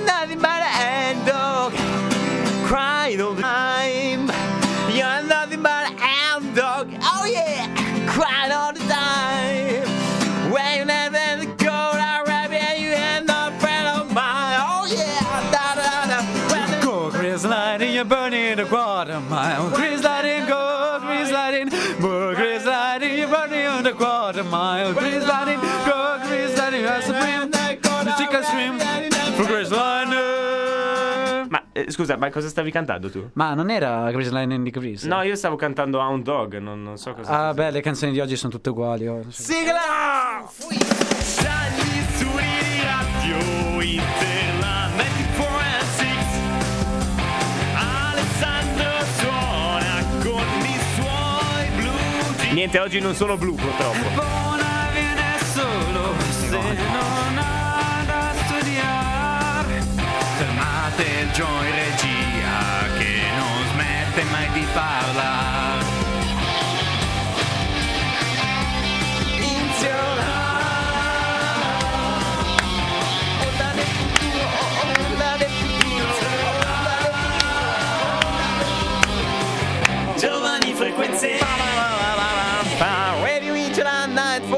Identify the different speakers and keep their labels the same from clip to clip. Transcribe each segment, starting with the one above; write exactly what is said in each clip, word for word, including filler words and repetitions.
Speaker 1: nothing but a hound dog, crying all the time. You're nothing but a hound dog, oh yeah, crying all the time. When you never go out rabbit, you end up friend of mine, oh yeah, da da da. Go, Chris Lighting, you're burning a quarter mile. Chris Lighting, go, Chris Lighting, go, Chris Lighting, you're burning a quarter mile. Chris Lighting, go, Chris Lighting, you're supreme. The chicken stream for Chris Lighting. Ma eh, scusa, ma cosa stavi cantando tu?
Speaker 2: Ma non era Chris Lighting di Chris?
Speaker 1: No, io stavo cantando Hound Dog, non, non so cosa.
Speaker 2: Ah,
Speaker 1: cosa
Speaker 2: beh, le canzoni di oggi sono tutte uguali. Oh.
Speaker 1: Sigla! Dagli studi di radio Interland ventiquattro and six. Alessandro suona con i suoi blu jeans. Niente, oggi non sono blu purtroppo. Buona viene solo se non ha da studiare. Fermate il Joy regia che non smette mai di parlare. Giovani frequenze. Radio Interland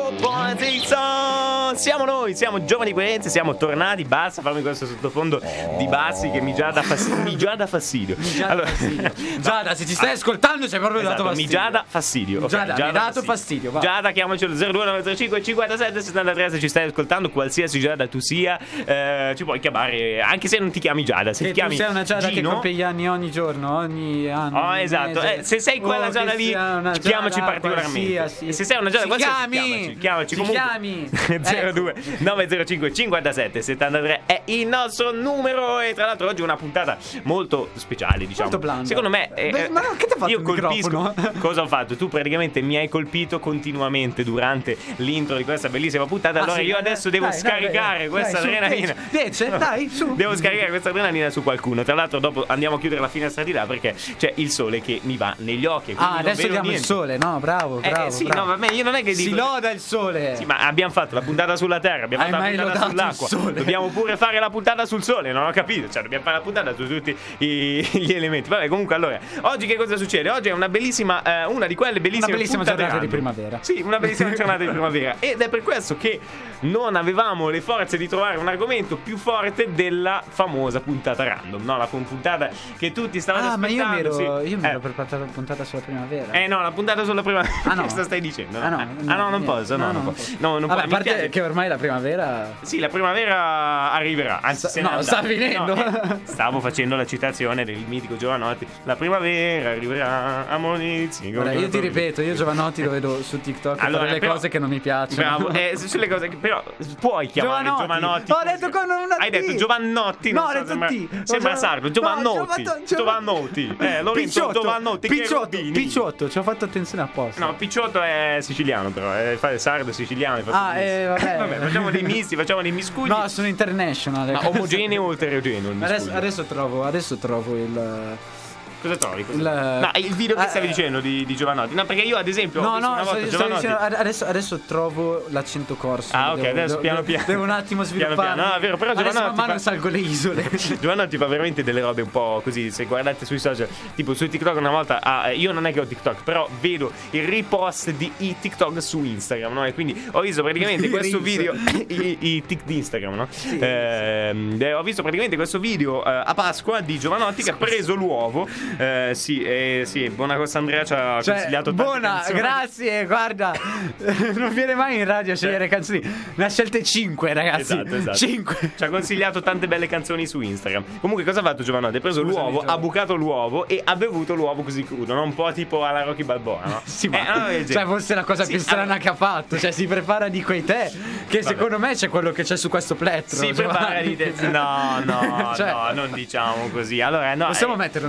Speaker 1: Siamo noi, siamo Giovani Frequenze, siamo tornati. Basta farmi questo sottofondo oh. di bassi che mi già dà fastidio. Mi già dà fastidio.
Speaker 2: Mi già
Speaker 1: allora,
Speaker 2: fastidio. Giada, se ci stai ascoltando ci hai proprio
Speaker 1: esatto,
Speaker 2: dato fastidio.
Speaker 1: Mi già dà fastidio. Okay,
Speaker 2: Giada, mi hai dato fastidio. fastidio
Speaker 1: Giada, chiamacelo zero due nove tre cinque cinquantasette settantatré se ci stai ascoltando, qualsiasi Giada tu sia, eh, ci puoi chiamare, anche se non ti chiami Giada. Se
Speaker 2: che
Speaker 1: ti chiami
Speaker 2: tu sei una Giada
Speaker 1: Gino,
Speaker 2: che compie gli anni ogni giorno, ogni anno.
Speaker 1: Oh, esatto. Eh, se sei quella
Speaker 2: oh,
Speaker 1: Giada lì, chiamaci particolarmente.
Speaker 2: Sì,
Speaker 1: se sei una Giada,
Speaker 2: ci chiami,
Speaker 1: chiamaci, chiamaci
Speaker 2: ci
Speaker 1: comunque.
Speaker 2: chiami.
Speaker 1: zero due nove zero cinque cinquantasette settantatré è il nostro numero. E tra l'altro oggi è una puntata molto speciale, diciamo.
Speaker 2: Molto blanda.
Speaker 1: Secondo me eh,
Speaker 2: Beh, ma no, che ti ha fatto
Speaker 1: io
Speaker 2: il
Speaker 1: colpisco.
Speaker 2: microfono?
Speaker 1: Cosa ho fatto? Tu praticamente mi hai colpito continuamente durante l'intro di questa bellissima puntata. Allora ah, sì, io adesso devo
Speaker 2: dai,
Speaker 1: scaricare
Speaker 2: dai,
Speaker 1: questa
Speaker 2: dai,
Speaker 1: adrenalina.
Speaker 2: Invece, dai, su.
Speaker 1: Devo scaricare questa adrenalina su qualcuno. Tra l'altro dopo andiamo a chiudere la finestra di là perché c'è il sole che mi va negli occhi.
Speaker 2: Ah, adesso diamo il sole. No, bravo, bravo.
Speaker 1: Eh sì,
Speaker 2: bravo.
Speaker 1: no, vabbè, io non è che dico.
Speaker 2: Si loda il sole.
Speaker 1: Sì, ma abbiamo fatto la puntata sulla terra, abbiamo
Speaker 2: Hai
Speaker 1: fatto
Speaker 2: mai
Speaker 1: la puntata sull'acqua. Dobbiamo pure fare la puntata sul sole, non ho capito. Cioè, dobbiamo fare la puntata su tutti i, gli elementi. Vabbè, comunque, allora, oggi che cosa succede? Oggi è una bellissima, eh, una di quelle bellissime
Speaker 2: Una bellissima giornata
Speaker 1: random.
Speaker 2: di primavera.
Speaker 1: Sì, una bellissima giornata di primavera. Ed è per questo che non avevamo le forze di trovare un argomento più forte della famosa puntata random, no? La puntata che tutti stavano
Speaker 2: ah,
Speaker 1: aspettando.
Speaker 2: Ah, ma io mi ero,
Speaker 1: sì.
Speaker 2: io mi ero
Speaker 1: eh.
Speaker 2: preparato la puntata sulla primavera.
Speaker 1: Eh no, la puntata sulla primavera.
Speaker 2: Ah no.
Speaker 1: Cosa stai dicendo?
Speaker 2: Ah no,
Speaker 1: ah,
Speaker 2: no,
Speaker 1: no non
Speaker 2: niente.
Speaker 1: posso, no,
Speaker 2: no,
Speaker 1: non
Speaker 2: no,
Speaker 1: posso. No, non
Speaker 2: Vabbè,
Speaker 1: posso.
Speaker 2: a parte che ormai la primavera.
Speaker 1: Sì, la primavera arriverà. Anzi, se
Speaker 2: no, sta finendo.
Speaker 1: No, eh, stavo facendo la citazione del mitico Giovanotti. La primavera arriverà a Monizi.
Speaker 2: Guarda, io ti ripeto, io Giovanotti lo vedo su TikTok
Speaker 1: allora,
Speaker 2: per le
Speaker 1: però,
Speaker 2: cose che non mi piacciono.
Speaker 1: Bravo, eh, sulle cose che però puoi chiamare Giovanotti. Giovanotti.
Speaker 2: Ho detto con una T.
Speaker 1: Hai detto Giovannotti.
Speaker 2: No,
Speaker 1: non
Speaker 2: ho
Speaker 1: so,
Speaker 2: detto
Speaker 1: sembra,
Speaker 2: T.
Speaker 1: Sembra sardo. Giovannotti.
Speaker 2: No,
Speaker 1: Giovannotti. Eh, Lorenzo
Speaker 2: Picciotto,
Speaker 1: Giovannotti.
Speaker 2: Picciotto, Picciotto, ci ho fatto attenzione apposta.
Speaker 1: No, Picciotto è siciliano però, è sardo siciliano.
Speaker 2: Ah, eh, vabbè.
Speaker 1: Vabbè, facciamo dei misti, facciamo dei miscugli.
Speaker 2: No, sono international.
Speaker 1: Ma omogeneo o eterogeneo?
Speaker 2: Adesso, adesso trovo, adesso trovo il.
Speaker 1: Cosa trovi? Cosa
Speaker 2: il,
Speaker 1: no, il video che
Speaker 2: uh,
Speaker 1: stavi dicendo di, di Giovanotti. No, perché io ad esempio
Speaker 2: no,
Speaker 1: ho visto
Speaker 2: no,
Speaker 1: una volta
Speaker 2: sto,
Speaker 1: Giovanotti.
Speaker 2: sto dicendo, adesso, adesso trovo l'accento corso.
Speaker 1: Ah, ok,
Speaker 2: devo,
Speaker 1: adesso
Speaker 2: devo,
Speaker 1: piano piano.
Speaker 2: Devo un attimo sviluppare.
Speaker 1: Piano piano. No, è vero, però
Speaker 2: adesso
Speaker 1: Giovanotti
Speaker 2: man mano
Speaker 1: fa...
Speaker 2: salgo le isole.
Speaker 1: Giovanotti fa veramente delle robe un po' così. Se guardate sui social, tipo su TikTok una volta, ah, io non è che ho TikTok, però vedo il ripost di i TikTok su Instagram, no? E quindi ho visto praticamente questo video i, i tic di Instagram, no? Sì, eh, sì. Ho visto praticamente questo video eh, a Pasqua di Giovanotti che ha preso l'uovo. Eh, sì, eh, sì, buona cosa Andrea ci ha cioè, consigliato tante
Speaker 2: buona,
Speaker 1: canzoni.
Speaker 2: Grazie, guarda, non viene mai in radio a scegliere canzoni. Ne ha scelte cinque, ragazzi.
Speaker 1: Esatto, esatto.
Speaker 2: cinque.
Speaker 1: Ci ha consigliato tante belle canzoni su Instagram. Comunque cosa ha fatto Giovanotti? Ha preso Scusami, l'uovo, Giovanotti. ha bucato l'uovo e ha bevuto l'uovo così crudo, no? Un po' tipo alla Rocky Balboa, no?
Speaker 2: Sì, ma
Speaker 1: eh, no,
Speaker 2: cioè fosse la cosa sì, più strana allora... che ha fatto. Cioè si prepara di quei tè che Vabbè. secondo me c'è quello che c'è su questo plettro.
Speaker 1: Si prepara di tè. No, no,
Speaker 2: cioè...
Speaker 1: no, non diciamo così. Allora, no,
Speaker 2: possiamo
Speaker 1: eh...
Speaker 2: mettere una foto del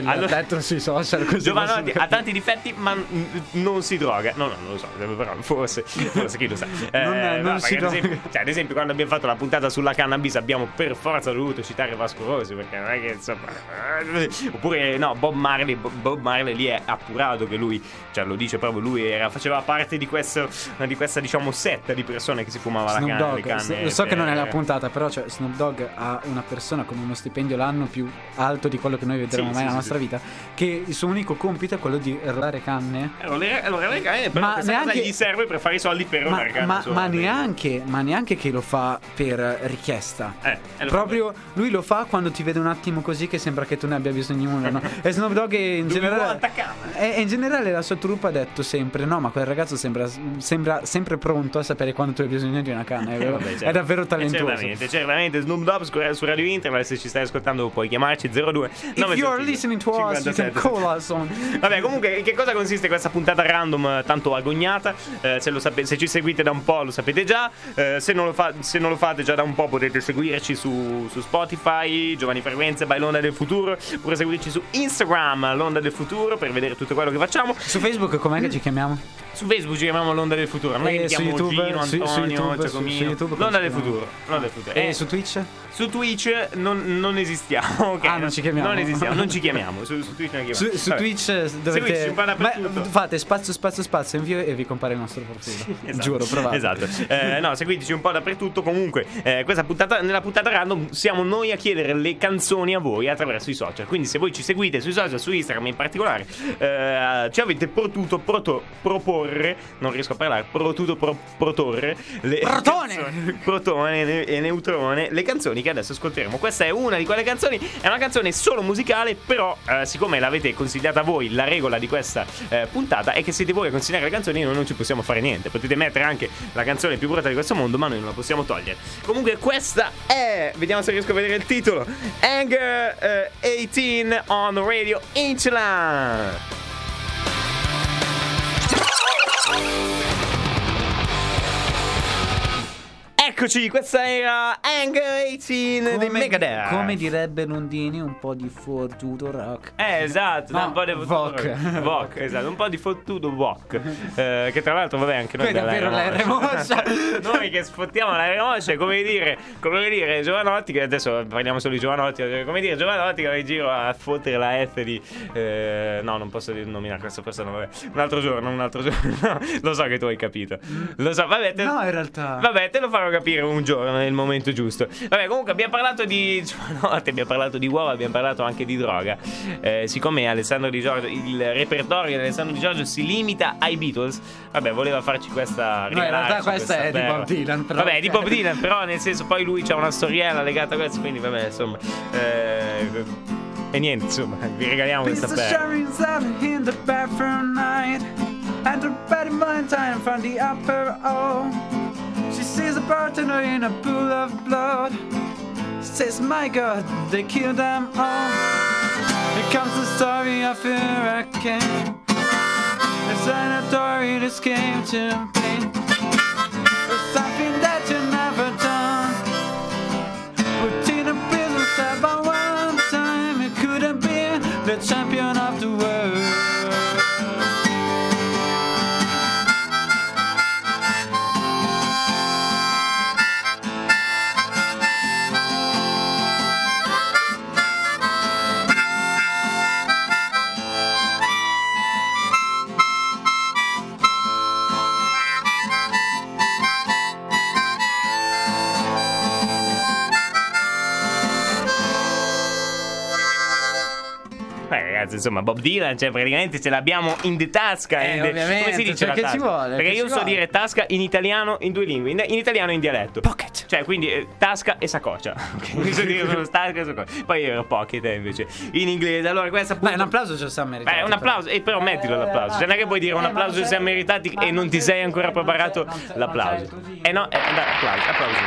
Speaker 2: gli
Speaker 1: allora,
Speaker 2: ha detto sui social così.
Speaker 1: Giovanotti
Speaker 2: possono
Speaker 1: ha tanti difetti, ma n- non si droga. No, no, non lo so, però forse, forse chi lo sa. Eh,
Speaker 2: Non- non
Speaker 1: no,
Speaker 2: si
Speaker 1: perché ad, esempio,
Speaker 2: droga.
Speaker 1: cioè, ad esempio, quando abbiamo fatto la puntata sulla cannabis, abbiamo per forza dovuto citare Vasco Rossi, perché non è che insomma. Oppure no, Bob Marley. Bob Marley lì è appurato che lui, cioè lo dice proprio lui, era, faceva parte di questo, di questa diciamo setta di persone che si fumava la
Speaker 2: Snoop
Speaker 1: canna, le
Speaker 2: Dogg,
Speaker 1: canne.
Speaker 2: lo so che non è la
Speaker 1: per-
Speaker 2: puntata, però cioè, Snoop Dogg ha una persona con uno stipendio l'anno più alto di quello che noi vedremo
Speaker 1: Sì,
Speaker 2: mai
Speaker 1: sì,
Speaker 2: nella
Speaker 1: sì,
Speaker 2: nostra
Speaker 1: sì.
Speaker 2: vita, che il suo unico compito è quello di rollare canne.
Speaker 1: Allora, allora le canne, però
Speaker 2: Ma
Speaker 1: questa
Speaker 2: neanche-
Speaker 1: cosa gli serve per fare i soldi per
Speaker 2: Ma,
Speaker 1: rollare canne
Speaker 2: ma-
Speaker 1: solo.
Speaker 2: ma neanche, ma neanche che lo fa per richiesta.
Speaker 1: Eh, e lo
Speaker 2: Proprio lui lo fa quando ti vede un attimo così che sembra che tu ne abbia bisogno, no? E Snoop Dogg in
Speaker 1: Lui
Speaker 2: generale
Speaker 1: vuole attaccare.
Speaker 2: e, e in generale la sua troupe ha detto sempre no, ma quel ragazzo sembra, sembra sempre pronto a sapere quando tu hai bisogno di una canna. È, vero-
Speaker 1: Vabbè, certo.
Speaker 2: è davvero
Speaker 1: Eh,
Speaker 2: talentuoso.
Speaker 1: Certamente, certamente. Snoop Dogg su, su Radio Internet, se ci stai ascoltando puoi chiamarci zero due
Speaker 2: If you're listening to us, you can call us on.
Speaker 1: Vabbè, comunque, in che cosa consiste questa puntata random eh, tanto agognata? Eh, se, lo sape- se ci seguite da un po' lo sapete già. Eh, se, non lo fa- se non lo fate già da un po' potete seguirci su, su Spotify, Giovani Frequenze by L'Onda del Futuro. Oppure seguirci su Instagram, L'Onda del Futuro, per vedere tutto quello che facciamo.
Speaker 2: Su Facebook com'è che ci chiamiamo?
Speaker 1: Su Facebook ci chiamiamo L'Onda del Futuro. Non è che
Speaker 2: E su
Speaker 1: chiamiamo
Speaker 2: YouTube,
Speaker 1: Gino,
Speaker 2: su- su
Speaker 1: Antonio,
Speaker 2: YouTube, su-
Speaker 1: Giacomino.
Speaker 2: su YouTube come
Speaker 1: L'Onda
Speaker 2: ci
Speaker 1: del
Speaker 2: chiamiamo?
Speaker 1: Futuro. L'Onda del Futuro.
Speaker 2: E
Speaker 1: Eh,
Speaker 2: su Twitch?
Speaker 1: Su Twitch non, non esistiamo, ok?
Speaker 2: Ah, non ci chiamiamo.
Speaker 1: Non esistiamo, non ci chiamiamo. Su, su Twitch non chiamiamo.
Speaker 2: Su, su
Speaker 1: Vabbè.
Speaker 2: Twitch
Speaker 1: Seguiteci
Speaker 2: dovete
Speaker 1: un po' dappertutto.
Speaker 2: ma- fate spazio spazio spazio invio e vi compare il nostro profilo.
Speaker 1: Esatto.
Speaker 2: Giuro, provate.
Speaker 1: Esatto. Eh, no, seguiteci un po' dappertutto. Comunque, eh, questa puntata, nella puntata random siamo noi a chiedere le canzoni a voi attraverso i social. Quindi, se voi ci seguite sui social, su Instagram in particolare, eh, ci avete potuto proto- proporre. Non riesco a parlare. Potuto pro- protorre le
Speaker 2: Protone!
Speaker 1: canzoni- protone e neutrone. Le canzoni che adesso ascolteremo. Questa è una di quelle canzoni. È una canzone solo musicale. Però, eh, siccome l'avete consigliata voi, la regola di questa eh, puntata è che siete voi a consigliare le canzoni. Noi non ci possiamo fare niente. Potete mettere anche la canzone più brutta di questo mondo, ma noi non la possiamo togliere. Comunque, questa è. Vediamo se riesco a vedere il titolo. Anger eh, eighteen on Radio Inchland. Eccoci, questa era Anger eighteen dei Megadeth.
Speaker 2: come direbbe Londini, un po' di fortuto rock.
Speaker 1: Eh, esatto,
Speaker 2: No,
Speaker 1: un po' di
Speaker 2: Vok.
Speaker 1: Vok, esatto, un po' di fottuto Vok. Eh, che tra l'altro, vabbè, anche noi
Speaker 2: Poi davvero la R moscia.
Speaker 1: Noi che sfottiamo la R moscia, è come dire, come dire Giovanotti, che adesso parliamo solo di Giovanotti, come dire Giovanotti che va in giro a fottere la F di eh, no, non posso nominare questa persona, vabbè. Un altro giorno, un altro giorno. No, lo so che tu hai capito. Lo so, vabbè, te,
Speaker 2: No, in realtà.
Speaker 1: vabbè, te lo farò capire un giorno nel momento giusto. Vabbè, comunque abbiamo parlato di Giovanotti, abbiamo parlato di uova, abbiamo parlato anche di droga. Eh, siccome Alessandro Di Giorgio, il repertorio di Alessandro Di Giorgio si limita ai Beatles, vabbè, voleva farci questa.
Speaker 2: No, in realtà
Speaker 1: regalarci
Speaker 2: questa è di
Speaker 1: perla.
Speaker 2: Bob Dylan, però.
Speaker 1: Vabbè, di Bob Dylan, però nel senso poi lui c'ha una storiella legata a questo, quindi vabbè, insomma. Eh, e niente, insomma, vi regaliamo questa
Speaker 2: Mister
Speaker 1: perla.
Speaker 2: Sherry's out in the bathroom night, and her bad Valentine from the upper O. She sees a bartender in a pool of blood. Says, my God, they killed them all. Here comes the story of a hurricane. The sanitary that came to pain. There's something that you never done. Put in a prison cell by one time. It couldn't be the champion of the world.
Speaker 1: Eh, ragazzi, insomma, Bob Dylan, cioè praticamente ce l'abbiamo in de tasca.
Speaker 2: Eh,
Speaker 1: in de-
Speaker 2: ovviamente,
Speaker 1: come si dice
Speaker 2: cioè,
Speaker 1: la
Speaker 2: che
Speaker 1: tasca?
Speaker 2: ci vuole,
Speaker 1: Perché
Speaker 2: che
Speaker 1: io
Speaker 2: ci
Speaker 1: so
Speaker 2: vuole.
Speaker 1: dire tasca in italiano in due lingue, in, in italiano e in dialetto.
Speaker 2: Pocket.
Speaker 1: Cioè, quindi eh, tasca e saccoccia. Ok, mi so dire solo tasca e saccoccia. Poi ero pocket eh, invece in inglese. Allora, questa
Speaker 2: Beh,
Speaker 1: appunto.
Speaker 2: un applauso ce lo siamo meritato.
Speaker 1: Beh, un applauso, e però mettilo l'applauso. Cioè, non è che puoi dire un
Speaker 2: Eh, ma
Speaker 1: applauso
Speaker 2: non
Speaker 1: se
Speaker 2: c'è-
Speaker 1: siamo meritati
Speaker 2: ma
Speaker 1: e non
Speaker 2: non
Speaker 1: ti
Speaker 2: c'è-
Speaker 1: sei ancora
Speaker 2: non c'è-
Speaker 1: preparato
Speaker 2: non c'è- non
Speaker 1: l'applauso.
Speaker 2: c'è così.
Speaker 1: Eh no, eh, dai, applausi, applausi.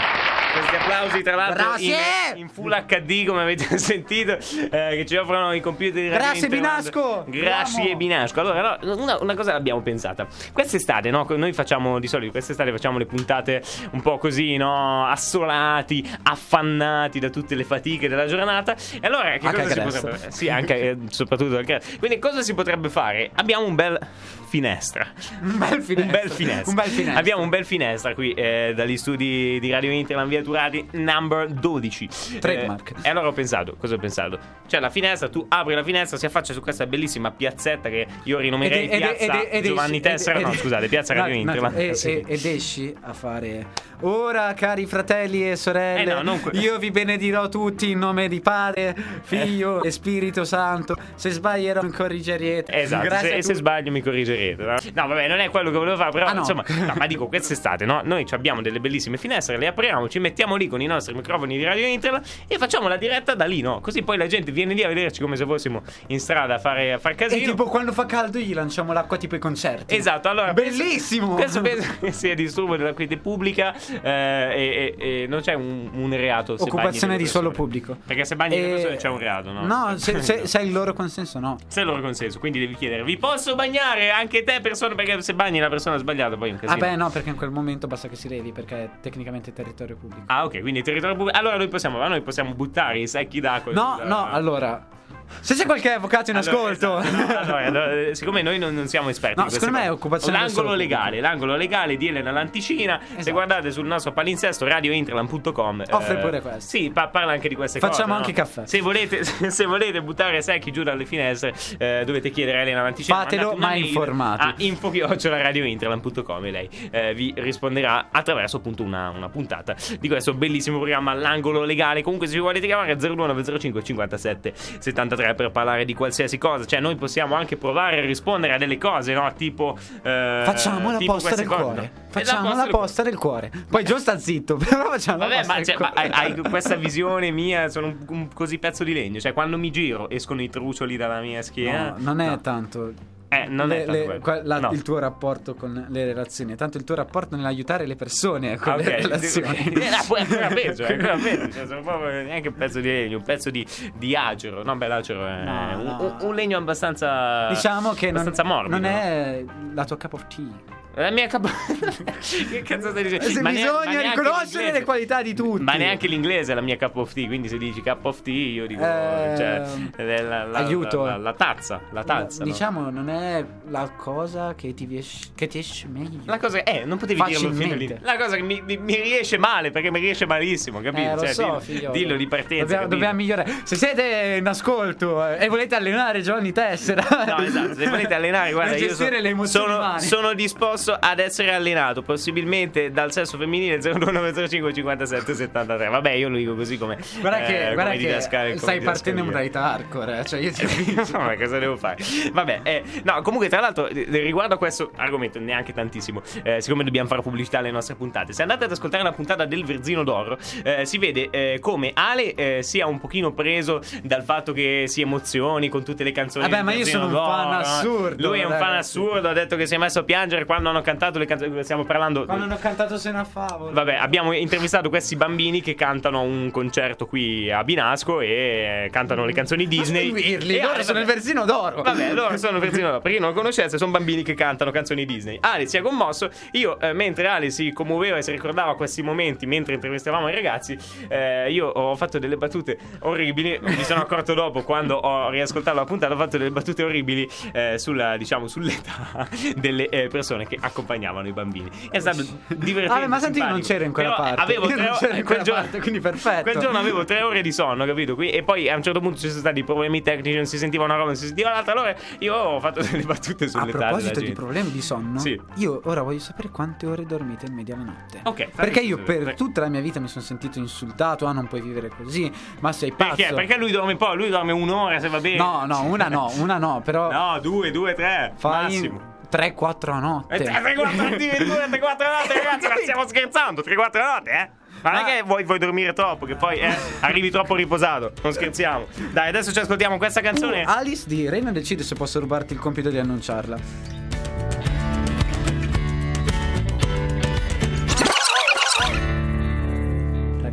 Speaker 1: Questi applausi tra l'altro in,
Speaker 2: Grazie!
Speaker 1: in full acca di, come avete sentito, eh, che ci offrono i computer di Radio
Speaker 2: Grazie,
Speaker 1: Interland.
Speaker 2: Binasco!
Speaker 1: Grazie
Speaker 2: Andiamo.
Speaker 1: Binasco. Allora no, una, una cosa l'abbiamo pensata. Quest'estate, no, noi facciamo di solito quest'estate facciamo le puntate un po' così, no, assolati, affannati da tutte le fatiche della giornata. E allora che
Speaker 2: Anche
Speaker 1: cosa si
Speaker 2: adesso.
Speaker 1: potrebbe Sì, anche eh, soprattutto perché quindi cosa si potrebbe fare? Abbiamo un bel finestra.
Speaker 2: Un bel finestra.
Speaker 1: Un bel finestra.
Speaker 2: Un bel finestra.
Speaker 1: Abbiamo un bel finestra qui eh, dagli studi di Radio Interland via Turati number dodici.
Speaker 2: Trademark.
Speaker 1: Eh, e allora ho pensato, cosa ho pensato? C'è la finestra, tu apri la finestra, si affaccia su questa bellissima piazzetta che io rinomerei
Speaker 2: Ed- ed-
Speaker 1: piazza
Speaker 2: ed- ed-
Speaker 1: Giovanni
Speaker 2: ed-
Speaker 1: Tessera.
Speaker 2: ed-
Speaker 1: No, scusate, piazza
Speaker 2: no,
Speaker 1: Radio
Speaker 2: no,
Speaker 1: Interland.
Speaker 2: e-
Speaker 1: Sì.
Speaker 2: e- ed esci a fare: ora, cari fratelli e sorelle,
Speaker 1: Eh no, non que-
Speaker 2: io vi benedirò tutti in nome di Padre, Figlio e Spirito Santo. Se sbaglierò mi corrigerete.
Speaker 1: Esatto,
Speaker 2: Grazie
Speaker 1: se,
Speaker 2: a
Speaker 1: se
Speaker 2: tutti.
Speaker 1: sbaglio mi corrigerete, no? No, vabbè, non è quello che volevo fare, però
Speaker 2: Ah, no.
Speaker 1: insomma, no, ma dico, quest'estate, no? Noi ci abbiamo delle bellissime finestre, le apriamo, ci mettiamo lì con i nostri microfoni di Radio Interland e facciamo la diretta da lì, no? Così poi la gente viene lì a vederci come se fossimo in strada a fare, a far
Speaker 2: E
Speaker 1: casino.
Speaker 2: tipo quando fa caldo gli lanciamo l'acqua tipo i concerti.
Speaker 1: Esatto, allora
Speaker 2: Bellissimo!
Speaker 1: Questo penso che sia disturbo della quiete pubblica eh, e, e- e non c'è un, un reato se bagni
Speaker 2: Occupazione
Speaker 1: delle
Speaker 2: di solo
Speaker 1: persone.
Speaker 2: pubblico.
Speaker 1: Perché se bagni le
Speaker 2: E-
Speaker 1: persone c'è un reato, no?
Speaker 2: No, se, se, se hai il loro consenso no.
Speaker 1: Se loro consenso, quindi devi chiedere: vi posso bagnare anche te persona? Perché se bagni la persona sbagliata poi è un casino.
Speaker 2: Ah beh no, perché in quel momento basta che si levi, perché è tecnicamente territorio pubblico.
Speaker 1: Ah, ok, quindi territorio pubblico. Allora noi possiamo, noi possiamo buttare i secchi d'acqua.
Speaker 2: No,
Speaker 1: sulla-
Speaker 2: no, allora, se c'è qualche avvocato in
Speaker 1: Allora,
Speaker 2: ascolto,
Speaker 1: esatto, no, allora, allora, siccome noi non, non siamo esperti
Speaker 2: No,
Speaker 1: di queste
Speaker 2: secondo me è
Speaker 1: cose.
Speaker 2: occupazione del
Speaker 1: L'angolo
Speaker 2: solo
Speaker 1: legale,
Speaker 2: pubblico.
Speaker 1: l'angolo legale di Elena Lanticina. Se
Speaker 2: Esatto.
Speaker 1: guardate sul nostro palinsesto radio interland punto com
Speaker 2: Offre pure questo.
Speaker 1: Sì, pa- parla anche di queste
Speaker 2: Facciamo
Speaker 1: cose.
Speaker 2: anche
Speaker 1: no?
Speaker 2: caffè.
Speaker 1: Se volete, se volete buttare secchi giù dalle finestre, eh, dovete chiedere a Elena Lanticina.
Speaker 2: Fatelo,
Speaker 1: mandate una
Speaker 2: ma
Speaker 1: mail
Speaker 2: informati.
Speaker 1: a info chiocciola radio interland punto com e lei eh, vi risponderà attraverso appunto una, una puntata di questo bellissimo programma L'angolo legale. Comunque se vi volete chiamare zero due nove zero cinque cinquantasette settantatré per parlare di qualsiasi cosa, cioè noi possiamo anche provare a rispondere a delle cose, no? Tipo eh,
Speaker 2: facciamo la
Speaker 1: tipo
Speaker 2: posta
Speaker 1: queste
Speaker 2: del
Speaker 1: cose,
Speaker 2: cuore.
Speaker 1: no?
Speaker 2: Facciamo
Speaker 1: Eh,
Speaker 2: la
Speaker 1: del
Speaker 2: posta del cuore. Poi Gio sta zitto, però facciamo la
Speaker 1: Vabbè,
Speaker 2: posta
Speaker 1: ma,
Speaker 2: del
Speaker 1: cioè, ma
Speaker 2: cuore.
Speaker 1: hai, hai questa visione mia, sono un, un così pezzo di legno. Cioè, quando mi giro escono i trucioli dalla mia schiena.
Speaker 2: No, non è
Speaker 1: No.
Speaker 2: tanto.
Speaker 1: Eh, non
Speaker 2: le-
Speaker 1: è tanto
Speaker 2: le-
Speaker 1: quello.
Speaker 2: qua- la-
Speaker 1: No.
Speaker 2: il tuo rapporto con le relazioni, è tanto il tuo rapporto nell'aiutare le persone con
Speaker 1: Ah, ok.
Speaker 2: le relazioni.
Speaker 1: Eh, no, poi è ancora peggio, è ancora peggio. Cioè, sono proprio neanche un pezzo di legno, un pezzo di, di acero. No, beh, l'acero è
Speaker 2: No,
Speaker 1: un,
Speaker 2: no.
Speaker 1: un- un legno abbastanza.
Speaker 2: Diciamo che non,
Speaker 1: abbastanza morbido.
Speaker 2: non è la tua cup of tea.
Speaker 1: La mia capo. Che cazzo stai dicendo?
Speaker 2: Se
Speaker 1: Ma ne-
Speaker 2: bisogna
Speaker 1: ma neanche
Speaker 2: riconoscere
Speaker 1: l'inglese.
Speaker 2: le qualità di tutti.
Speaker 1: Ma neanche l'inglese è la mia cup of tea. Quindi se dici cup of tea, io dico.
Speaker 2: Eh,
Speaker 1: cioè, è la, la,
Speaker 2: aiuto.
Speaker 1: La, la, la tazza. La tazza. no?
Speaker 2: Diciamo, non è la cosa che ti riesce, che ti esce meglio.
Speaker 1: La cosa è, eh, non potevi dirlo fino
Speaker 2: Facilmente.
Speaker 1: lì. La cosa che mi, mi- mi riesce male, perché mi riesce malissimo, capito?
Speaker 2: Eh, lo
Speaker 1: Cioè,
Speaker 2: so,
Speaker 1: dillo,
Speaker 2: figliolo.
Speaker 1: dillo di partenza.
Speaker 2: Dobbiamo,
Speaker 1: capito?
Speaker 2: dobbiamo migliorare. Se siete in ascolto eh, e volete allenare Giovanni Tessera,
Speaker 1: No, esatto, se volete allenare, guarda,
Speaker 2: e
Speaker 1: io
Speaker 2: gestire
Speaker 1: sono,
Speaker 2: le emozioni
Speaker 1: sono,
Speaker 2: umane.
Speaker 1: sono disposto ad essere allenato, possibilmente dal sesso femminile. Zero due nove zero cinque cinquantasette settantatré. Vabbè, io lo dico così come
Speaker 2: Guarda che,
Speaker 1: eh,
Speaker 2: guarda
Speaker 1: come
Speaker 2: che
Speaker 1: didascale- come
Speaker 2: stai partendo in
Speaker 1: didascalia.
Speaker 2: modalità hardcore, eh. Cioè io ti capisco.
Speaker 1: Ma cosa devo fare? Vabbè, eh, no, comunque, tra l'altro, eh, riguardo a questo argomento, neanche tantissimo, eh, siccome dobbiamo fare pubblicità alle nostre puntate, se andate ad ascoltare la puntata del Verzino d'Oro, eh, si vede eh, come Ale eh, sia un pochino preso dal fatto che si emozioni con tutte le canzoni.
Speaker 2: Vabbè,
Speaker 1: del
Speaker 2: ma io
Speaker 1: Verzino
Speaker 2: sono un
Speaker 1: d'Oro,
Speaker 2: fan
Speaker 1: no?
Speaker 2: assurdo,
Speaker 1: Lui è un fan
Speaker 2: ragazzi.
Speaker 1: assurdo, ha detto che si è messo a piangere quando hanno cantato le canzoni. Stiamo parlando.
Speaker 2: Quando hanno cantato Se ne favole.
Speaker 1: Vabbè, abbiamo intervistato questi bambini che cantano a un concerto qui a Binasco e eh, cantano le canzoni Disney.
Speaker 2: Dirli,
Speaker 1: E
Speaker 2: loro
Speaker 1: Ale,
Speaker 2: sono il
Speaker 1: vabbè.
Speaker 2: Verzino d'Oro.
Speaker 1: Vabbè, loro sono il Verzino d'Oro. Per chi non lo conoscesse, sono bambini che cantano canzoni Disney. Ale si è commosso. Io, eh, mentre Ale si commuoveva e si ricordava questi momenti mentre intervistavamo i ragazzi, eh, io ho fatto delle battute orribili. Mi sono accorto dopo, quando ho riascoltato la puntata, ho fatto delle battute orribili eh, sulla, diciamo, sull'età delle eh, persone che accompagnavano i bambini. È stato divertente.
Speaker 2: Vabbè, ma senti, io non
Speaker 1: simpatico.
Speaker 2: c'ero in quella
Speaker 1: Però, eh,
Speaker 2: parte.
Speaker 1: Avevo
Speaker 2: Io
Speaker 1: tre
Speaker 2: non
Speaker 1: ore-
Speaker 2: c'ero in
Speaker 1: quel
Speaker 2: quella
Speaker 1: giorno-
Speaker 2: parte, quindi perfetto.
Speaker 1: Quel giorno avevo tre ore di sonno, capito? Qui, e poi a un certo punto ci sono stati problemi tecnici, non si sentiva una roba, non si sentiva l'altra. Allora io ho fatto delle battute
Speaker 2: A
Speaker 1: sull'età della
Speaker 2: proposito di
Speaker 1: gente.
Speaker 2: problemi di sonno,
Speaker 1: Sì.
Speaker 2: io ora voglio sapere quante ore dormite in media la notte.
Speaker 1: Ok, fammi
Speaker 2: Perché io
Speaker 1: sapere.
Speaker 2: per tutta la mia vita mi sono sentito insultato. Ah, non puoi vivere così. Ma sei pazzo.
Speaker 1: Perché? Perché lui dorme poi, lui dorme un'ora se va bene.
Speaker 2: No, no, una no, una no, però
Speaker 1: No, due, due, tre.
Speaker 2: fai
Speaker 1: massimo.
Speaker 2: tre quattro a notte.
Speaker 1: E tre, quattro, addirittura tre, quattro notte, ragazzi, ma stiamo scherzando, tre, quattro notte, eh? Ma non
Speaker 2: Ma-
Speaker 1: è che vuoi, vuoi dormire troppo, che poi eh, arrivi troppo riposato. Non scherziamo. Dai, adesso ci ascoltiamo questa canzone.
Speaker 2: Uh, Alice di Reina decide se posso rubarti il compito di annunciarla.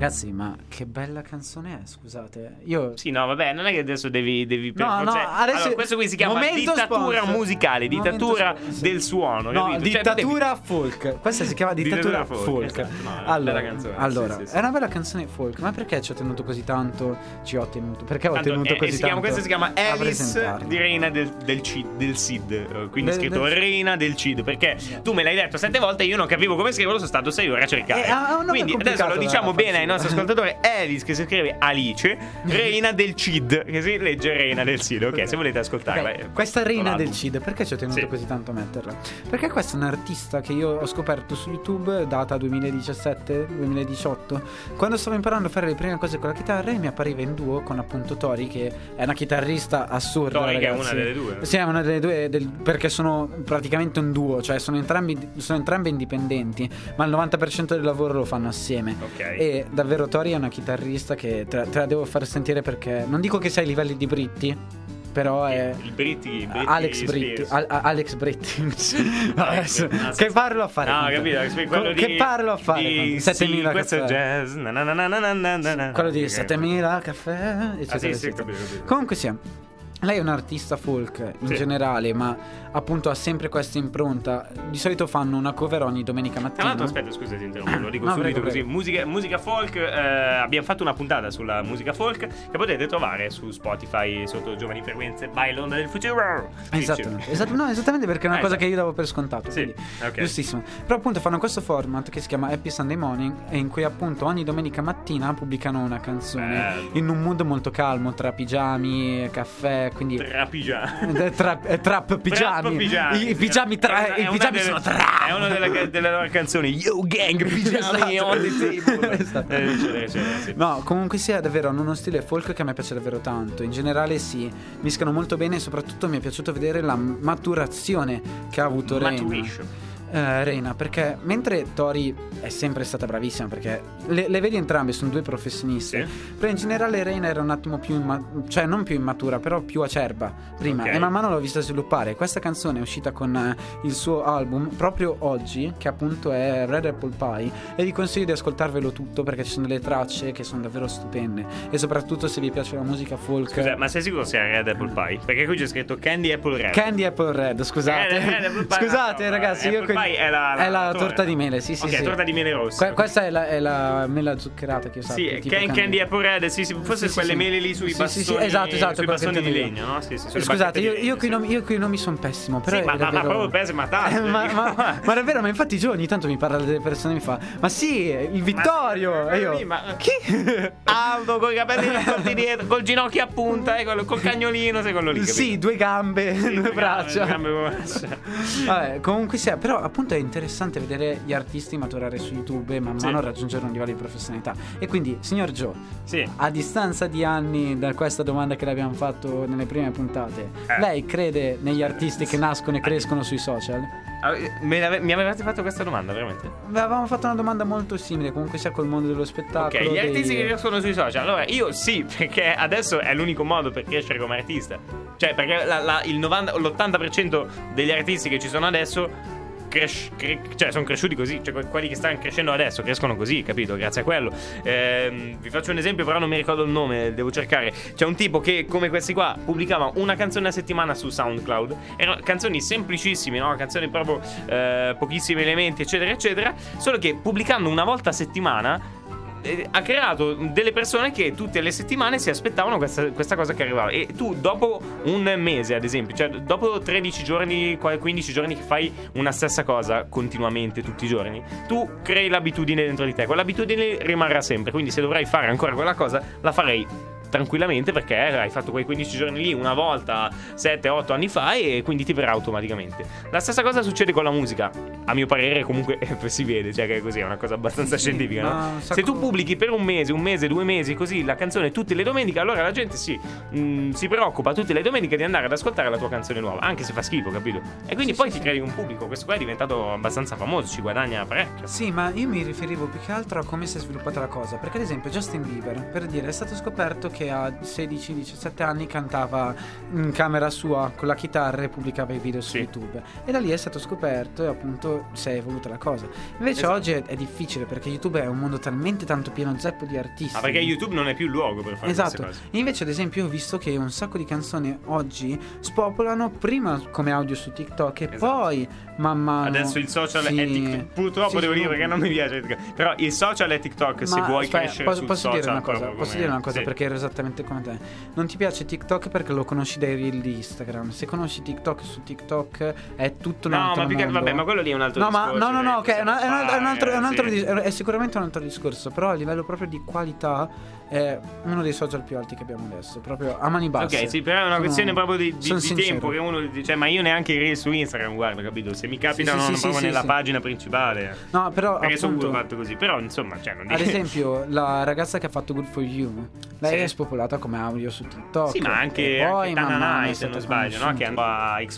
Speaker 2: Ragazzi, ma che bella canzone è, scusate. Io
Speaker 1: Sì, no, vabbè, non è che adesso devi devi per
Speaker 2: No, no,
Speaker 1: forza-
Speaker 2: adesso-
Speaker 1: allora, questo qui si chiama
Speaker 2: momento
Speaker 1: dittatura
Speaker 2: sponsor.
Speaker 1: musicale, dittatura
Speaker 2: Momento sponsor.
Speaker 1: del suono,
Speaker 2: No,
Speaker 1: capito? Cioè,
Speaker 2: dittatura folk. Questa si chiama dittatura,
Speaker 1: Dittatura folk,
Speaker 2: folk.
Speaker 1: esatto. No, è una
Speaker 2: allora,
Speaker 1: bella canzone,
Speaker 2: allora
Speaker 1: sì, sì, sì.
Speaker 2: è una bella canzone folk. Ma perché ci ho tenuto così tanto? Ci ho tenuto. Perché ho
Speaker 1: Tanto,
Speaker 2: tenuto
Speaker 1: eh,
Speaker 2: così
Speaker 1: si chiama,
Speaker 2: tanto?
Speaker 1: questa si chiama
Speaker 2: a
Speaker 1: Alice
Speaker 2: presentarla?
Speaker 1: di Reina del, del, Cid, del Cid, eh, quindi
Speaker 2: Del-
Speaker 1: scritto
Speaker 2: del-
Speaker 1: Reina del Cid, perché tu me l'hai detto sette volte e io non capivo come scriverlo, sono stato sei ore a cercare.
Speaker 2: Eh, ha un nome
Speaker 1: quindi adesso
Speaker 2: complicato
Speaker 1: lo
Speaker 2: da
Speaker 1: diciamo
Speaker 2: far
Speaker 1: bene ai
Speaker 2: scrivere.
Speaker 1: nostri ascoltatori: Alice, che si scrive Alice, Reina del Cid, che si legge Reina del Cid. Ok, se volete ascoltarla.
Speaker 2: Ok,
Speaker 1: eh,
Speaker 2: questa Reina
Speaker 1: l'album.
Speaker 2: del Cid, perché ci ho tenuto
Speaker 1: Sì.
Speaker 2: così tanto a metterla? Perché questa è un'artista che io ho scoperto su YouTube, data duemiladiciassette duemiladiciotto. Quando stavo imparando a fare le prime cose con la chitarra, e mi appariva in duo con appunto Tori, che è una chitarrista assurda.
Speaker 1: Tori, che è
Speaker 2: ragazzi.
Speaker 1: una delle due, no?
Speaker 2: Sì, è una delle due, del- perché sono praticamente un duo, cioè sono entrambi sono entrambe indipendenti, ma il novanta per cento del lavoro lo fanno assieme.
Speaker 1: Ok.
Speaker 2: E davvero Tori è una chitarrista che te, te la devo far sentire, perché non dico che sei ai livelli di Britti, però è
Speaker 1: Il Britti, Britti
Speaker 2: Alex Britti,
Speaker 1: Spears.
Speaker 2: Al- a- Alex Britti. No, adesso,
Speaker 1: no,
Speaker 2: che parlo a fare?
Speaker 1: No,
Speaker 2: con te?
Speaker 1: capito, Alex Britti, quello
Speaker 2: Co-
Speaker 1: di,
Speaker 2: che parlo a fare?
Speaker 1: di,
Speaker 2: con te?
Speaker 1: sì,
Speaker 2: settemila
Speaker 1: questo è
Speaker 2: caffè.
Speaker 1: jazz. Na na na na na na na na.
Speaker 2: Quello di
Speaker 1: Ok.
Speaker 2: settemila caffè, eccetera,
Speaker 1: Ah, sì, sì,
Speaker 2: eccetera.
Speaker 1: capito, capito.
Speaker 2: Comunque sia, lei è un'artista folk in
Speaker 1: Sì.
Speaker 2: generale, ma appunto ha sempre questa impronta. Di solito fanno una cover ogni domenica
Speaker 1: Tra
Speaker 2: mattina.
Speaker 1: l'altro, aspetta, scusa, ti interrompo, lo dico
Speaker 2: No,
Speaker 1: subito
Speaker 2: prego,
Speaker 1: così.
Speaker 2: prego.
Speaker 1: Musica, musica folk, eh, abbiamo fatto una puntata sulla musica folk che potete trovare su Spotify sotto Giovani Frequenze by l'Onda del Futuro.
Speaker 2: Esattamente, esatt- no, esattamente, perché è una
Speaker 1: Eh,
Speaker 2: cosa
Speaker 1: esatto.
Speaker 2: che io davo per scontato.
Speaker 1: Sì,
Speaker 2: quindi,
Speaker 1: ok.
Speaker 2: giustissimo. Però appunto fanno questo format che si chiama Happy Sunday Morning, e in cui appunto ogni domenica mattina pubblicano una canzone
Speaker 1: Bello.
Speaker 2: in un mood molto calmo, tra pigiami, caffè, quindi
Speaker 1: Tra pigiama.
Speaker 2: Eh, trap, eh, trap pigiami.
Speaker 1: Trap pigiami,
Speaker 2: I, i
Speaker 1: sì.
Speaker 2: pigiami, tra,
Speaker 1: È
Speaker 2: i
Speaker 1: una
Speaker 2: pigiami
Speaker 1: delle-
Speaker 2: sono trap.
Speaker 1: È una delle, delle loro canzoni. Yo gang, pigiami
Speaker 2: Esatto.
Speaker 1: on the table.
Speaker 2: Esatto.
Speaker 1: Eh, eccetera, eccetera, sì.
Speaker 2: No, comunque sia, davvero hanno uno stile folk che a me piace davvero tanto. In generale si mischiano molto bene, e soprattutto mi è piaciuto vedere la maturazione che ha avuto Reina.
Speaker 1: Maturation.
Speaker 2: Eh, Reina, perché mentre Tori è sempre stata bravissima, perché le, le vedi entrambe, sono due professioniste,
Speaker 1: Sì.
Speaker 2: però in generale Reina era un attimo più imma- cioè non più immatura, però più acerba prima,
Speaker 1: Ok.
Speaker 2: e man mano l'ho vista sviluppare. Questa canzone è uscita con eh, il suo album proprio oggi, che appunto è Red Apple Pie, e vi consiglio di ascoltarvelo tutto, perché ci sono delle tracce che sono davvero stupende, e soprattutto se vi piace la musica folk.
Speaker 1: Scusa, ma sei sicuro sia Red Apple Pie? Perché qui c'è scritto Candy Apple Red.
Speaker 2: Candy Apple Red, scusate.
Speaker 1: Red- Red Apple Pie,
Speaker 2: Scusate
Speaker 1: no,
Speaker 2: ragazzi,
Speaker 1: Apple
Speaker 2: io que-
Speaker 1: Pie è la-
Speaker 2: è la
Speaker 1: la
Speaker 2: torta
Speaker 1: torta.
Speaker 2: di mele, sì sì
Speaker 1: Ok,
Speaker 2: sì.
Speaker 1: torta di mele rossa.
Speaker 2: Que- questa è la, è la mela zuccherata che io sappia.
Speaker 1: Sì,
Speaker 2: tipo
Speaker 1: can- Candy Apple Red, sì, sì, forse
Speaker 2: Sì, sì,
Speaker 1: quelle
Speaker 2: sì.
Speaker 1: mele lì sui
Speaker 2: Sì,
Speaker 1: bastoni,
Speaker 2: sì, sì, esatto, esatto,
Speaker 1: sui
Speaker 2: quello che
Speaker 1: bastoni di
Speaker 2: intendo io.
Speaker 1: legno, no? Sì, sì, sulle
Speaker 2: Scusate,
Speaker 1: bacchette
Speaker 2: io,
Speaker 1: di legno,
Speaker 2: io, coi
Speaker 1: sì.
Speaker 2: nomi, io coi nomi sono pessimo, però
Speaker 1: Sì,
Speaker 2: è
Speaker 1: ma, ma, ma
Speaker 2: davvero-
Speaker 1: proprio pesi, ma tanto.
Speaker 2: Eh, ma,
Speaker 1: dico.
Speaker 2: ma, ma davvero, ma infatti Gio ogni tanto mi parla delle persone e mi fa: ma sì, il Vittorio! E io,
Speaker 1: Ma-
Speaker 2: chi?
Speaker 1: Aldo, con i capelli raccolti dietro, col ginocchio a punta, e col, col cagnolino, sei quello lì, capito?
Speaker 2: Sì, due gambe,
Speaker 1: Sì,
Speaker 2: due braccia.
Speaker 1: gambe, due braccia.
Speaker 2: Vabbè, comunque sia, però appunto è interessante vedere gli artisti maturare su YouTube e man
Speaker 1: Sì.
Speaker 2: mano raggiungere un livello di professionalità. E quindi, signor Joe,
Speaker 1: Sì.
Speaker 2: a distanza di anni da questa domanda che le abbiamo fatto nelle prime puntate,
Speaker 1: Eh.
Speaker 2: lei crede negli artisti che nascono e crescono sui social?
Speaker 1: Ah, me l'ave- mi avevate fatto questa domanda, veramente?
Speaker 2: Avevamo fatto una domanda molto simile, comunque sia col mondo dello spettacolo.
Speaker 1: Ok, gli
Speaker 2: dei-
Speaker 1: artisti che crescono sui social. Allora, io sì, perché adesso è l'unico modo per crescere come artista. Cioè, perché la- la- il novanta, l'ottanta per cento degli artisti che ci sono adesso cres- cre- cioè, sono cresciuti così. Cioè, que- quelli che stanno crescendo adesso crescono così, capito? Grazie a quello. Ehm, vi faccio un esempio, però non mi ricordo il nome, devo cercare. C'è un tipo che, come questi qua, pubblicava una canzone a settimana su SoundCloud. Erano canzoni semplicissime, no? Canzoni proprio eh, pochissimi elementi, eccetera, eccetera. Solo che pubblicando una volta a settimana eh, ha creato delle persone che tutte le settimane si aspettavano questa, questa cosa che arrivava. E tu dopo un mese, ad esempio, cioè dopo tredici giorni, quindici giorni che fai una stessa cosa continuamente tutti i giorni, tu crei l'abitudine dentro di te. Quell'abitudine rimarrà sempre. Quindi se dovrai fare ancora quella cosa, la farei tranquillamente, perché hai fatto quei quindici giorni lì una volta sette otto anni fa, e quindi ti verrà automaticamente. La stessa cosa succede con la musica, a mio parere. Comunque si vede, cioè che è così, è una cosa abbastanza
Speaker 2: Sì,
Speaker 1: scientifica,
Speaker 2: ma
Speaker 1: no?
Speaker 2: un sacco-
Speaker 1: Se tu pubblichi per un mese, un mese, due mesi così la canzone tutte le domeniche, allora la gente sì, mh, si preoccupa tutte le domeniche di andare ad ascoltare la tua canzone nuova, anche se fa schifo, capito? E quindi
Speaker 2: Sì,
Speaker 1: poi
Speaker 2: sì,
Speaker 1: ti
Speaker 2: sì.
Speaker 1: crei un pubblico. Questo qua è diventato abbastanza famoso, ci guadagna parecchio.
Speaker 2: Sì, ma io mi riferivo più che altro a come si è sviluppata la cosa. Perché ad esempio Justin Bieber, per dire, è stato scoperto che che a sedici diciassette anni cantava in camera sua con la chitarra e pubblicava i video su
Speaker 1: Sì.
Speaker 2: YouTube, e da lì è stato scoperto e appunto si è evoluta la cosa. Invece
Speaker 1: Esatto.
Speaker 2: oggi è, è difficile, perché YouTube è un mondo talmente tanto pieno zeppo di artisti.
Speaker 1: Ma perché YouTube non è più il luogo per fare
Speaker 2: Esatto.
Speaker 1: queste cose.
Speaker 2: Invece ad esempio ho visto che un sacco di canzoni oggi spopolano prima come audio su TikTok e
Speaker 1: Esatto.
Speaker 2: poi man mano.
Speaker 1: Adesso il social
Speaker 2: sì.
Speaker 1: è TikTok. Purtroppo
Speaker 2: Sì,
Speaker 1: devo
Speaker 2: sì,
Speaker 1: dire
Speaker 2: no.
Speaker 1: perché non mi piace TikTok. Però il social è TikTok. Se
Speaker 2: Ma
Speaker 1: vuoi
Speaker 2: aspetta,
Speaker 1: crescere
Speaker 2: posso,
Speaker 1: sul
Speaker 2: posso
Speaker 1: social
Speaker 2: dire una cosa,
Speaker 1: proprio
Speaker 2: posso
Speaker 1: come-
Speaker 2: dire una cosa
Speaker 1: sì.
Speaker 2: perché ero esattamente come te. Non ti piace TikTok perché lo conosci dai reel di Instagram. Se conosci TikTok, su TikTok è tutto un
Speaker 1: No,
Speaker 2: altro
Speaker 1: ma più che-
Speaker 2: mondo.
Speaker 1: vabbè, ma quello lì è un altro
Speaker 2: no,
Speaker 1: discorso.
Speaker 2: Ma, no, no, no,
Speaker 1: che
Speaker 2: ok, è, una- è un altro- è un altro, è un altro
Speaker 1: sì.
Speaker 2: dis- è sicuramente un altro discorso. Però a livello proprio di qualità è uno dei social più alti che abbiamo adesso, proprio a mani basse.
Speaker 1: Ok, sì, però è una
Speaker 2: Sono-
Speaker 1: questione proprio di, di-
Speaker 2: sono
Speaker 1: di
Speaker 2: sincero.
Speaker 1: tempo che uno dice, ma io neanche i reel su Instagram guardo, capito? Se mi capitano
Speaker 2: Sì, sì, sì,
Speaker 1: proprio
Speaker 2: sì,
Speaker 1: nella
Speaker 2: sì.
Speaker 1: pagina principale.
Speaker 2: No, però
Speaker 1: Perché sono
Speaker 2: appunto,
Speaker 1: pure fatto così. Però insomma, cioè, non
Speaker 2: ad
Speaker 1: dico-
Speaker 2: esempio, la ragazza che ha fatto Good For You, lei
Speaker 1: Sì.
Speaker 2: è spopolata come audio su TikTok.
Speaker 1: Sì, ma anche,
Speaker 2: e poi
Speaker 1: anche
Speaker 2: man mano
Speaker 1: Tananai,
Speaker 2: è
Speaker 1: se non
Speaker 2: stata
Speaker 1: sbaglio, no? Che
Speaker 2: conosciuta.
Speaker 1: andò a X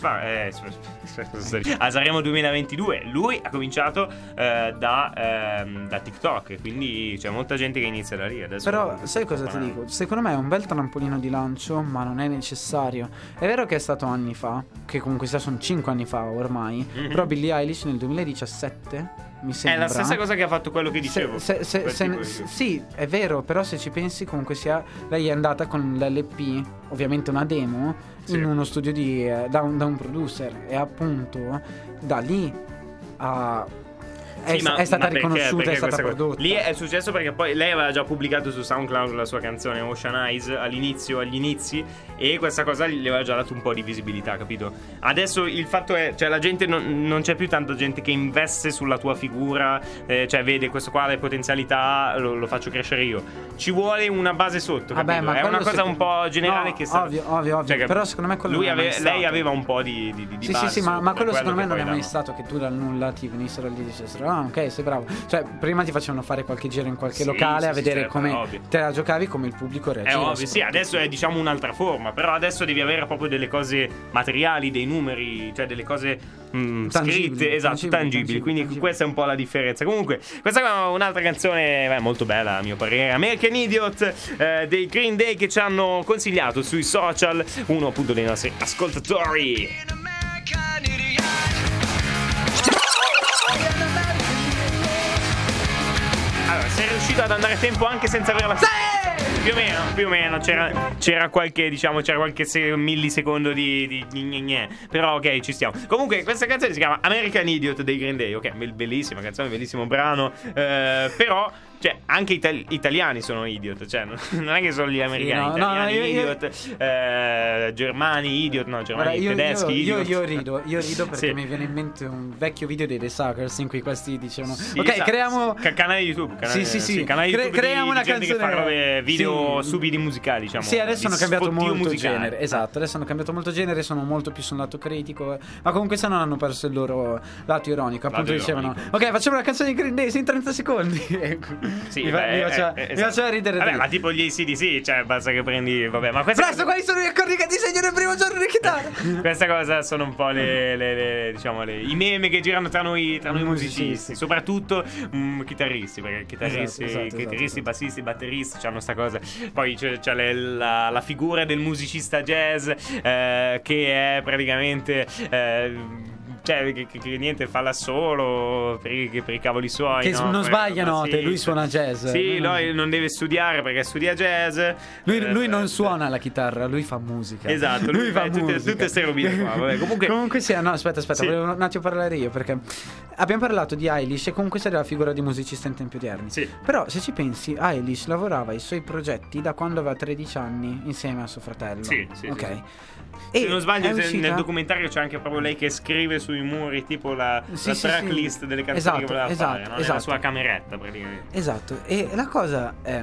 Speaker 1: Factor, eh, a Sanremo duemilaventidue. Lui ha cominciato eh, da, ehm, da TikTok, quindi c'è molta gente che inizia da lì. Adesso
Speaker 2: Però sai cosa ti dico? Secondo me è un bel trampolino di lancio, ma non è necessario. È vero che è stato anni fa, che comunque sia sono cinque anni fa ormai,
Speaker 1: Mhm.
Speaker 2: però Billie Eilish nel duemiladiciassette mi
Speaker 1: È
Speaker 2: sembra.
Speaker 1: la stessa cosa che ha fatto quello che dicevo.
Speaker 2: Se- se- se-
Speaker 1: quel
Speaker 2: se-
Speaker 1: tipo di-
Speaker 2: sì, è vero, però se ci pensi comunque sia, lei è andata con l'L P, ovviamente una demo,
Speaker 1: Sì.
Speaker 2: in uno studio di, eh, da, un, da un producer, e appunto da lì a... È,
Speaker 1: Sì, ma-
Speaker 2: è stata
Speaker 1: ma perché-
Speaker 2: riconosciuta,
Speaker 1: perché
Speaker 2: è stata
Speaker 1: questa cosa-
Speaker 2: prodotta.
Speaker 1: Lì è successo perché poi lei aveva già pubblicato su SoundCloud la sua canzone Ocean Eyes all'inizio, agli inizi, e questa cosa gli aveva già dato un po' di visibilità, capito? Adesso il fatto è, cioè la gente non, non c'è più tanta gente che investe sulla tua figura, eh, cioè vede questo qua le potenzialità, lo, lo faccio crescere io. Ci vuole una base sotto, capito?
Speaker 2: Vabbè, ma
Speaker 1: è una
Speaker 2: quello
Speaker 1: cosa
Speaker 2: se-
Speaker 1: un po' generale
Speaker 2: no,
Speaker 1: che sta...
Speaker 2: ovvio, ovvio, ovvio.
Speaker 1: Cioè,
Speaker 2: Però secondo me quello
Speaker 1: lui
Speaker 2: non è mai
Speaker 1: ave- lei
Speaker 2: stato.
Speaker 1: aveva un po' di, di, di
Speaker 2: Sì,
Speaker 1: base
Speaker 2: sì, sì, ma,
Speaker 1: sotto,
Speaker 2: ma
Speaker 1: è
Speaker 2: quello secondo me
Speaker 1: che
Speaker 2: non è
Speaker 1: poi
Speaker 2: mai
Speaker 1: danno.
Speaker 2: stato che tu dal nulla ti venissero lì e dicessero ah ok sei bravo. Cioè prima ti facevano fare qualche giro in qualche
Speaker 1: Sì,
Speaker 2: locale
Speaker 1: sì,
Speaker 2: a
Speaker 1: sì,
Speaker 2: vedere
Speaker 1: certo,
Speaker 2: come
Speaker 1: è ovvio.
Speaker 2: te la giocavi, come il pubblico
Speaker 1: È
Speaker 2: reagiva.
Speaker 1: ovvio, sì, adesso è diciamo un'altra forma, però adesso devi avere proprio delle cose materiali, dei numeri, cioè delle cose mm,
Speaker 2: Tangibili,
Speaker 1: scritte, esatto,
Speaker 2: tangibili,
Speaker 1: tangibili,
Speaker 2: tangibili,
Speaker 1: quindi
Speaker 2: tangibili.
Speaker 1: questa è un po' la differenza. Comunque, questa qua è un'altra canzone beh, molto bella a mio parere, American Idiot eh, dei Green Day, che ci hanno consigliato sui social uno appunto dei nostri ascoltatori. Allora, sei riuscito ad andare a tempo anche senza avere la... Più o meno, più o meno, c'era, c'era qualche, diciamo, c'era qualche se- millisecondo di, di, di gne gne. Però ok, ci stiamo. Comunque, questa canzone si chiama American Idiot dei Green Day. Ok, bell- bellissima canzone, bellissimo brano. eh, Però, cioè, anche i itali- italiani sono idiot. Cioè, non non è che solo gli americani.
Speaker 2: no, no,
Speaker 1: italiani,
Speaker 2: no, io- io-
Speaker 1: idiot. eh, germani, idiot. No, germani,
Speaker 2: Guarda, io,
Speaker 1: tedeschi,
Speaker 2: io, io,
Speaker 1: idiot.
Speaker 2: io rido, io rido perché
Speaker 1: Sì.
Speaker 2: mi viene in mente un vecchio video dei The Suckers in cui questi dicevano
Speaker 1: Sì,
Speaker 2: ok,
Speaker 1: esatto.
Speaker 2: creiamo
Speaker 1: Ca- canale YouTube, canale,
Speaker 2: Sì, sì, sì.
Speaker 1: canale
Speaker 2: Cre-
Speaker 1: YouTube
Speaker 2: creiamo
Speaker 1: di,
Speaker 2: una
Speaker 1: di gente
Speaker 2: canzone-
Speaker 1: che fa robe, video
Speaker 2: Sì.
Speaker 1: subidi musicali, diciamo.
Speaker 2: Sì, adesso
Speaker 1: di
Speaker 2: hanno cambiato
Speaker 1: sfottio
Speaker 2: molto
Speaker 1: musicale.
Speaker 2: genere. Esatto, adesso hanno cambiato molto genere, sono molto più sul lato critico. Ma comunque se non hanno perso il loro lato ironico. Appunto
Speaker 1: Lato
Speaker 2: dicevano
Speaker 1: ironico.
Speaker 2: ok, facciamo una canzone di Green Day in trenta secondi.
Speaker 1: Sì,
Speaker 2: mi, fa-
Speaker 1: beh,
Speaker 2: mi faceva,
Speaker 1: eh, eh,
Speaker 2: mi
Speaker 1: esatto.
Speaker 2: faceva ridere.
Speaker 1: Vabbè,
Speaker 2: da
Speaker 1: ma
Speaker 2: lì.
Speaker 1: tipo gli A C D C, cioè basta che prendi, vabbè, ma questa
Speaker 2: Presto, quali sono gli accordi che disegno nel primo giorno di chitarra?
Speaker 1: questa cosa sono un po' le, le- le- diciamo le, i meme che girano tra noi tra noi
Speaker 2: Musicisti.
Speaker 1: musicisti, soprattutto mm, chitarristi, perché chitarristi,
Speaker 2: Esatto, esatto,
Speaker 1: chitarristi,
Speaker 2: esatto.
Speaker 1: bassisti, batteristi hanno sta cosa. Poi c'è, c'è le- la, la figura del musicista jazz eh, che è praticamente eh, cioè che, che- che niente fa la solo per, i- per i cavoli suoi,
Speaker 2: Che
Speaker 1: no?
Speaker 2: non
Speaker 1: Per-
Speaker 2: sbaglia
Speaker 1: ma
Speaker 2: note,
Speaker 1: sì,
Speaker 2: lui suona jazz.
Speaker 1: Sì,
Speaker 2: Non-
Speaker 1: lui non deve studiare perché studia jazz.
Speaker 2: Lui,
Speaker 1: Eh,
Speaker 2: lui non
Speaker 1: eh,
Speaker 2: suona la chitarra, lui fa musica.
Speaker 1: Esatto, lui fa tutte-
Speaker 2: musica.
Speaker 1: tutte ste robine qua, vabbè, comunque-
Speaker 2: Comunque sì, no, aspetta, aspetta,
Speaker 1: Sì.
Speaker 2: volevo un attimo parlare io perché abbiamo parlato di Eilish e comunque sei della figura di musicista in tempi odierni.
Speaker 1: Sì.
Speaker 2: Però se ci pensi, Eilish lavorava ai suoi progetti da quando aveva tredici anni insieme a suo fratello.
Speaker 1: Sì, sì,
Speaker 2: ok.
Speaker 1: sì.
Speaker 2: E
Speaker 1: Se non sbaglio,
Speaker 2: è
Speaker 1: se-
Speaker 2: uscita-
Speaker 1: nel documentario c'è anche proprio lei che scrive sui muri tipo la,
Speaker 2: Sì,
Speaker 1: la
Speaker 2: sì,
Speaker 1: tracklist
Speaker 2: sì.
Speaker 1: delle canzoni
Speaker 2: Esatto,
Speaker 1: che voleva
Speaker 2: esatto,
Speaker 1: fare, no? Nella
Speaker 2: esatto.
Speaker 1: sua cameretta praticamente.
Speaker 2: Esatto, e la cosa è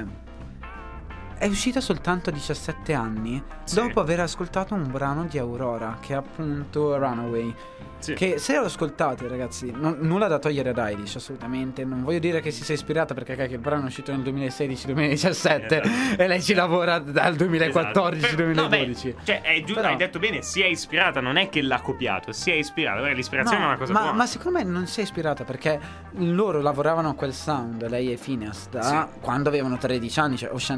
Speaker 2: è uscita soltanto a diciassette anni,
Speaker 1: Sì.
Speaker 2: dopo aver ascoltato un brano di Aurora, che è appunto Runaway.
Speaker 1: Sì.
Speaker 2: Che se lo ascoltate, ragazzi, non- nulla da togliere ad Eilish, assolutamente. Non voglio dire che si sia ispirata, perché cacchio, il brano è uscito nel duemilasedici duemiladiciassette
Speaker 1: Esatto.
Speaker 2: e lei ci lavora dal duemilaquattordici
Speaker 1: Esatto. Per- no, beh,
Speaker 2: duemiladodici.
Speaker 1: cioè, è giusto,
Speaker 2: Però-
Speaker 1: hai detto bene, si è ispirata, non è che l'ha copiato, si è ispirata. Perché l'ispirazione è una cosa
Speaker 2: ma,
Speaker 1: buona.
Speaker 2: ma secondo me non si è ispirata, perché loro lavoravano a quel sound, lei e Phineas, da
Speaker 1: Sì.
Speaker 2: quando avevano tredici anni. Cioè Ocean Eyes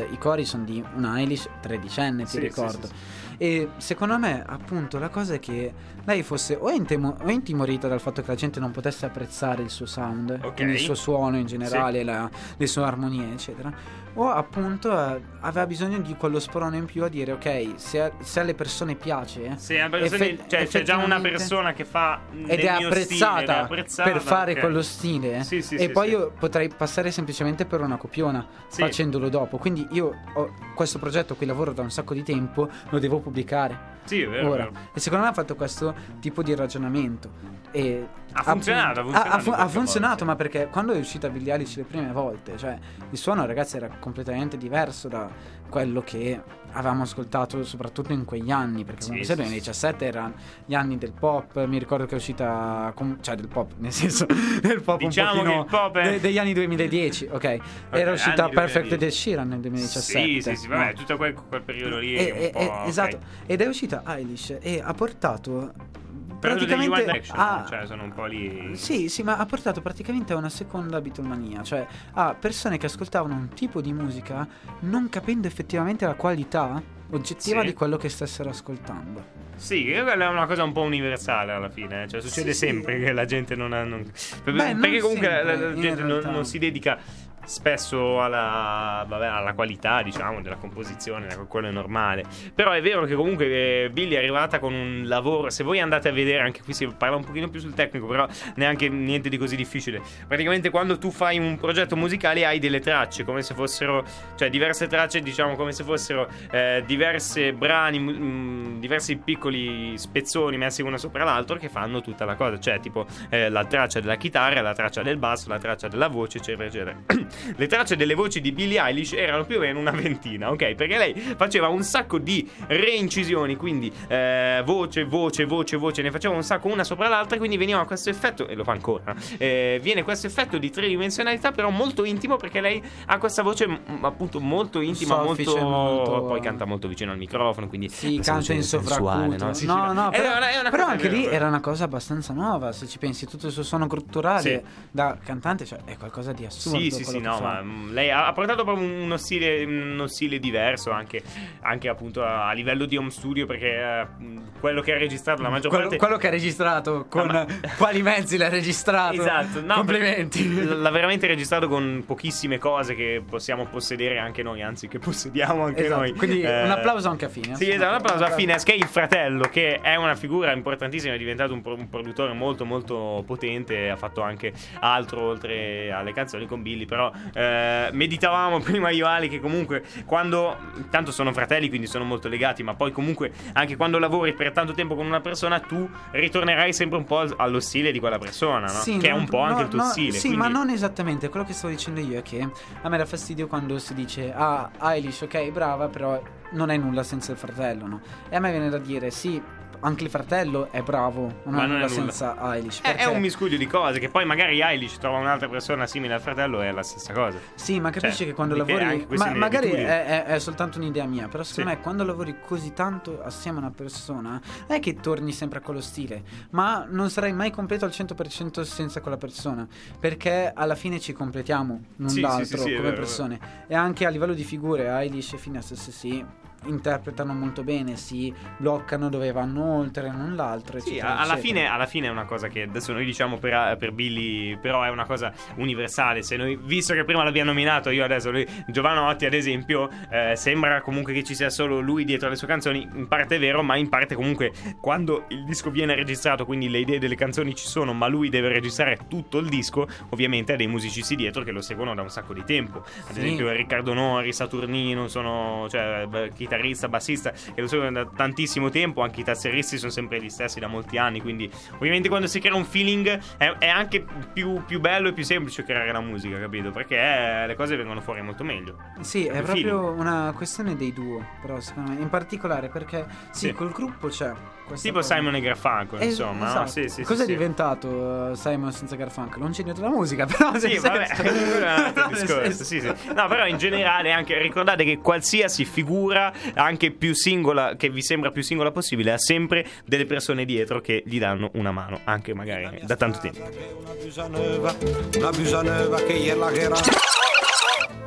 Speaker 2: i cori sono di una Eilish tredicenne, ti
Speaker 3: Sì,
Speaker 2: ricordo.
Speaker 3: sì, sì, sì.
Speaker 2: E secondo me, appunto, la cosa è che lei fosse o, intimo- o intimorita dal fatto che la gente non potesse apprezzare il suo sound,
Speaker 3: Ok.
Speaker 2: quindi il suo suono in generale, la- le sue armonie, eccetera, o appunto eh, aveva bisogno di quello sprone in più a dire ok, se a, se alle persone piace,
Speaker 3: Sì, è una persona-
Speaker 2: effe-
Speaker 3: cioè, c'è già una
Speaker 2: effettivamente-
Speaker 3: persona che fa
Speaker 2: ed
Speaker 3: nel
Speaker 2: è
Speaker 3: mio
Speaker 2: apprezzata,
Speaker 3: stile, ed è apprezzata,
Speaker 2: per fare
Speaker 3: ok.
Speaker 2: quello stile,
Speaker 3: Sì, sì,
Speaker 2: e
Speaker 3: sì,
Speaker 2: poi
Speaker 3: sì.
Speaker 2: io potrei passare semplicemente per una copiona
Speaker 3: Sì.
Speaker 2: facendolo dopo. Quindi io ho questo progetto a cui lavoro da un sacco di tempo, lo devo pubblicare
Speaker 3: Sì, è vero,
Speaker 2: ora.
Speaker 3: è vero.
Speaker 2: E secondo me ha fatto questo tipo di ragionamento e
Speaker 3: Ha funzionato, ha funzionato
Speaker 2: ha,
Speaker 3: in
Speaker 2: fu- ha
Speaker 3: qualche
Speaker 2: funzionato,
Speaker 3: modo,
Speaker 2: ma perché quando è uscita Billie Eilish le prime volte, cioè il suono, ragazzi, era completamente diverso da quello che avevamo ascoltato soprattutto in quegli anni, perché
Speaker 3: Sì,
Speaker 2: come
Speaker 3: sì,
Speaker 2: sì, nel
Speaker 3: sì.
Speaker 2: duemiladiciassette erano gli anni del pop. Mi ricordo che è uscita com- cioè del pop, nel senso del pop
Speaker 3: Diciamo
Speaker 2: un
Speaker 3: che
Speaker 2: pochino
Speaker 3: il pop è-
Speaker 2: de- degli anni duemiladieci, ok, era uscita
Speaker 3: anni
Speaker 2: Perfect
Speaker 3: duemiladieci.
Speaker 2: Ed Sheeran nel duemiladiciassette.
Speaker 3: Sì, sì, sì, vabbè,
Speaker 2: no?
Speaker 3: tutto quel, quel periodo lì.
Speaker 2: E-
Speaker 3: un
Speaker 2: e-
Speaker 3: po',
Speaker 2: e-
Speaker 3: ok.
Speaker 2: esatto, ed è uscita Eilish e ha portato
Speaker 3: Però degli One
Speaker 2: praticamente
Speaker 3: Direction,
Speaker 2: a-
Speaker 3: cioè sono un po' lì.
Speaker 2: sì, sì, ma ha portato praticamente a una seconda Beatlemania, cioè a persone che ascoltavano un tipo di musica non capendo effettivamente la qualità oggettiva
Speaker 3: Sì.
Speaker 2: di quello che stessero ascoltando.
Speaker 3: Sì, che quella è una cosa un po' universale alla fine, cioè succede
Speaker 2: Sì,
Speaker 3: sempre
Speaker 2: sì.
Speaker 3: che la gente non ha... non-
Speaker 2: Beh,
Speaker 3: perché
Speaker 2: non
Speaker 3: comunque la- la,
Speaker 2: sempre,
Speaker 3: la
Speaker 2: in
Speaker 3: gente non,
Speaker 2: realtà.
Speaker 3: non si dedica spesso alla, vabbè, alla qualità, diciamo, della composizione, quello è normale. Però è vero che comunque eh, Billie è arrivata con un lavoro, se voi andate a vedere, anche qui si parla un pochino più sul tecnico, però neanche niente di così difficile. Praticamente quando tu fai un progetto musicale hai delle tracce, come se fossero, cioè diverse tracce, diciamo, come se fossero eh, diverse brani, mh, diversi piccoli spezzoni messi uno sopra l'altro che fanno tutta la cosa, cioè tipo eh, la traccia della chitarra, la traccia del basso, la traccia della voce, eccetera eccetera. Le tracce delle voci di Billie Eilish erano più o meno una ventina, ok? Perché lei faceva un sacco di reincisioni, quindi eh, voce, voce, voce, voce, ne faceva un sacco una sopra l'altra, quindi veniva questo effetto, e lo fa ancora, eh, viene questo effetto di tridimensionalità però molto intimo, perché lei ha questa voce m- appunto molto intima,
Speaker 2: Soffice,
Speaker 3: molto...
Speaker 2: molto-
Speaker 3: poi canta molto vicino al microfono, quindi
Speaker 2: Sì,
Speaker 3: questa
Speaker 2: canta
Speaker 3: voce
Speaker 2: in
Speaker 3: sensuale,
Speaker 2: sovracuto.
Speaker 3: no? Sì,
Speaker 2: No,
Speaker 3: sì,
Speaker 2: no,
Speaker 3: è
Speaker 2: però,
Speaker 3: una- è una
Speaker 2: però
Speaker 3: cosa
Speaker 2: anche lì
Speaker 3: vera.
Speaker 2: era una cosa abbastanza nuova, se ci pensi, tutto il suo suono gutturale
Speaker 3: Sì.
Speaker 2: da cantante, cioè è qualcosa di assurdo.
Speaker 3: Sì, sì,
Speaker 2: quello
Speaker 3: sì,
Speaker 2: che
Speaker 3: no,
Speaker 2: fa.
Speaker 3: ma mm, lei ha, ha portato proprio uno stile, uno stile diverso anche, anche appunto a, a livello di home studio, perché eh, quello che ha registrato la maggior
Speaker 2: quello,
Speaker 3: parte...
Speaker 2: quello che ha registrato con
Speaker 3: No, ma-
Speaker 2: quali mezzi l'ha registrato?
Speaker 3: Esatto, no,
Speaker 2: complimenti.
Speaker 3: perché L'ha veramente registrato con pochissime cose che possiamo possedere anche noi, anzi che possediamo anche
Speaker 2: Esatto,
Speaker 3: noi.
Speaker 2: quindi
Speaker 3: Eh,
Speaker 2: un applauso anche a Phineas.
Speaker 3: Sì, esatto, un applauso a Phineas, che è il fratello, che è una figura importantissima, è diventato un, pro- un produttore molto molto potente, ha fatto anche altro oltre alle canzoni con Billy, però eh, meditavamo prima io e Ali che comunque quando, tanto sono fratelli quindi sono molto legati, ma poi comunque anche quando lavori per tanto tempo con una persona tu ritornerai sempre un po' allo stile di quella persona, no?
Speaker 2: Sì,
Speaker 3: Che
Speaker 2: non-
Speaker 3: è un po' anche
Speaker 2: no,
Speaker 3: il tuo
Speaker 2: no,
Speaker 3: stile.
Speaker 2: Sì,
Speaker 3: quindi...
Speaker 2: ma non esattamente. Quello che stavo dicendo io è che a me dà fastidio quando si dice ah, Eilish, ok, brava, però non è nulla senza il fratello, no? E a me viene da dire sì, anche il fratello è bravo, ma non
Speaker 3: Ma
Speaker 2: è
Speaker 3: non
Speaker 2: nulla
Speaker 3: è nulla.
Speaker 2: senza Eilish.
Speaker 3: È,
Speaker 2: perché-
Speaker 3: è un miscuglio di cose che poi magari Eilish trova un'altra persona simile al fratello e è la stessa cosa.
Speaker 2: Sì, ma capisci
Speaker 3: Cioè,
Speaker 2: che quando
Speaker 3: dipende
Speaker 2: lavori
Speaker 3: anche queste
Speaker 2: ma magari
Speaker 3: abitudini.
Speaker 2: è, è- è soltanto un'idea mia, però secondo
Speaker 3: Sì.
Speaker 2: me quando lavori così tanto assieme a una persona non è che torni sempre a quello stile, ma non sarai mai completo al cento per cento senza quella persona, perché alla fine ci completiamo l'un
Speaker 3: Sì, sì,
Speaker 2: l'altro
Speaker 3: sì, sì, è
Speaker 2: come
Speaker 3: vero, è
Speaker 2: persone. E anche a livello di figure Eilish e Phineas sì, sì, interpretano molto bene, si bloccano dove vanno oltre l'un l'altro,
Speaker 3: Sì,
Speaker 2: eccetera,
Speaker 3: alla
Speaker 2: eccetera.
Speaker 3: fine, alla fine è una cosa che adesso noi diciamo per, per Billy, però è una cosa universale. Se noi, visto che prima l'abbiamo nominato, io adesso lui, Giovanotti ad esempio, eh, sembra comunque che ci sia solo lui dietro alle sue canzoni. In parte è vero, ma in parte comunque quando il disco viene registrato, quindi le idee delle canzoni ci sono, ma lui deve registrare tutto il disco, ovviamente ha dei musicisti dietro che lo seguono da un sacco di tempo. Ad
Speaker 2: Sì.
Speaker 3: esempio Riccardo Nori, Saturnino, sono cioè beh, chitarrista, bassista, che lo seguono da tantissimo tempo. Anche i tastieristi sono sempre gli stessi da molti anni, quindi ovviamente quando si crea un feeling è, è anche più, più bello e più semplice creare la musica, capito? Perché eh, le cose vengono fuori molto meglio.
Speaker 2: Sì, è
Speaker 3: Il
Speaker 2: proprio
Speaker 3: feeling.
Speaker 2: una questione dei duo, però secondo me, in particolare perché sì,
Speaker 3: Sì.
Speaker 2: col gruppo c'è questa
Speaker 3: Tipo
Speaker 2: cosa.
Speaker 3: Simon e Garfunkel,
Speaker 2: Es-
Speaker 3: insomma, no?
Speaker 2: esatto.
Speaker 3: Sì, sì,
Speaker 2: Cosa
Speaker 3: sì,
Speaker 2: è
Speaker 3: sì.
Speaker 2: diventato uh, Simon senza Garfunkel? Un genio della musica, però nel
Speaker 3: Sì, vabbè,
Speaker 2: senso-
Speaker 3: quello è un altro
Speaker 2: Nel
Speaker 3: discorso.
Speaker 2: senso-
Speaker 3: Sì, sì. No, però in generale anche ricordate che qualsiasi figura, anche più singola, che vi sembra più singola possibile, ha sempre delle persone dietro che gli danno una mano, anche magari da tanto tempo.
Speaker 4: Una busa nuova, una busa nuova che ieri la che era.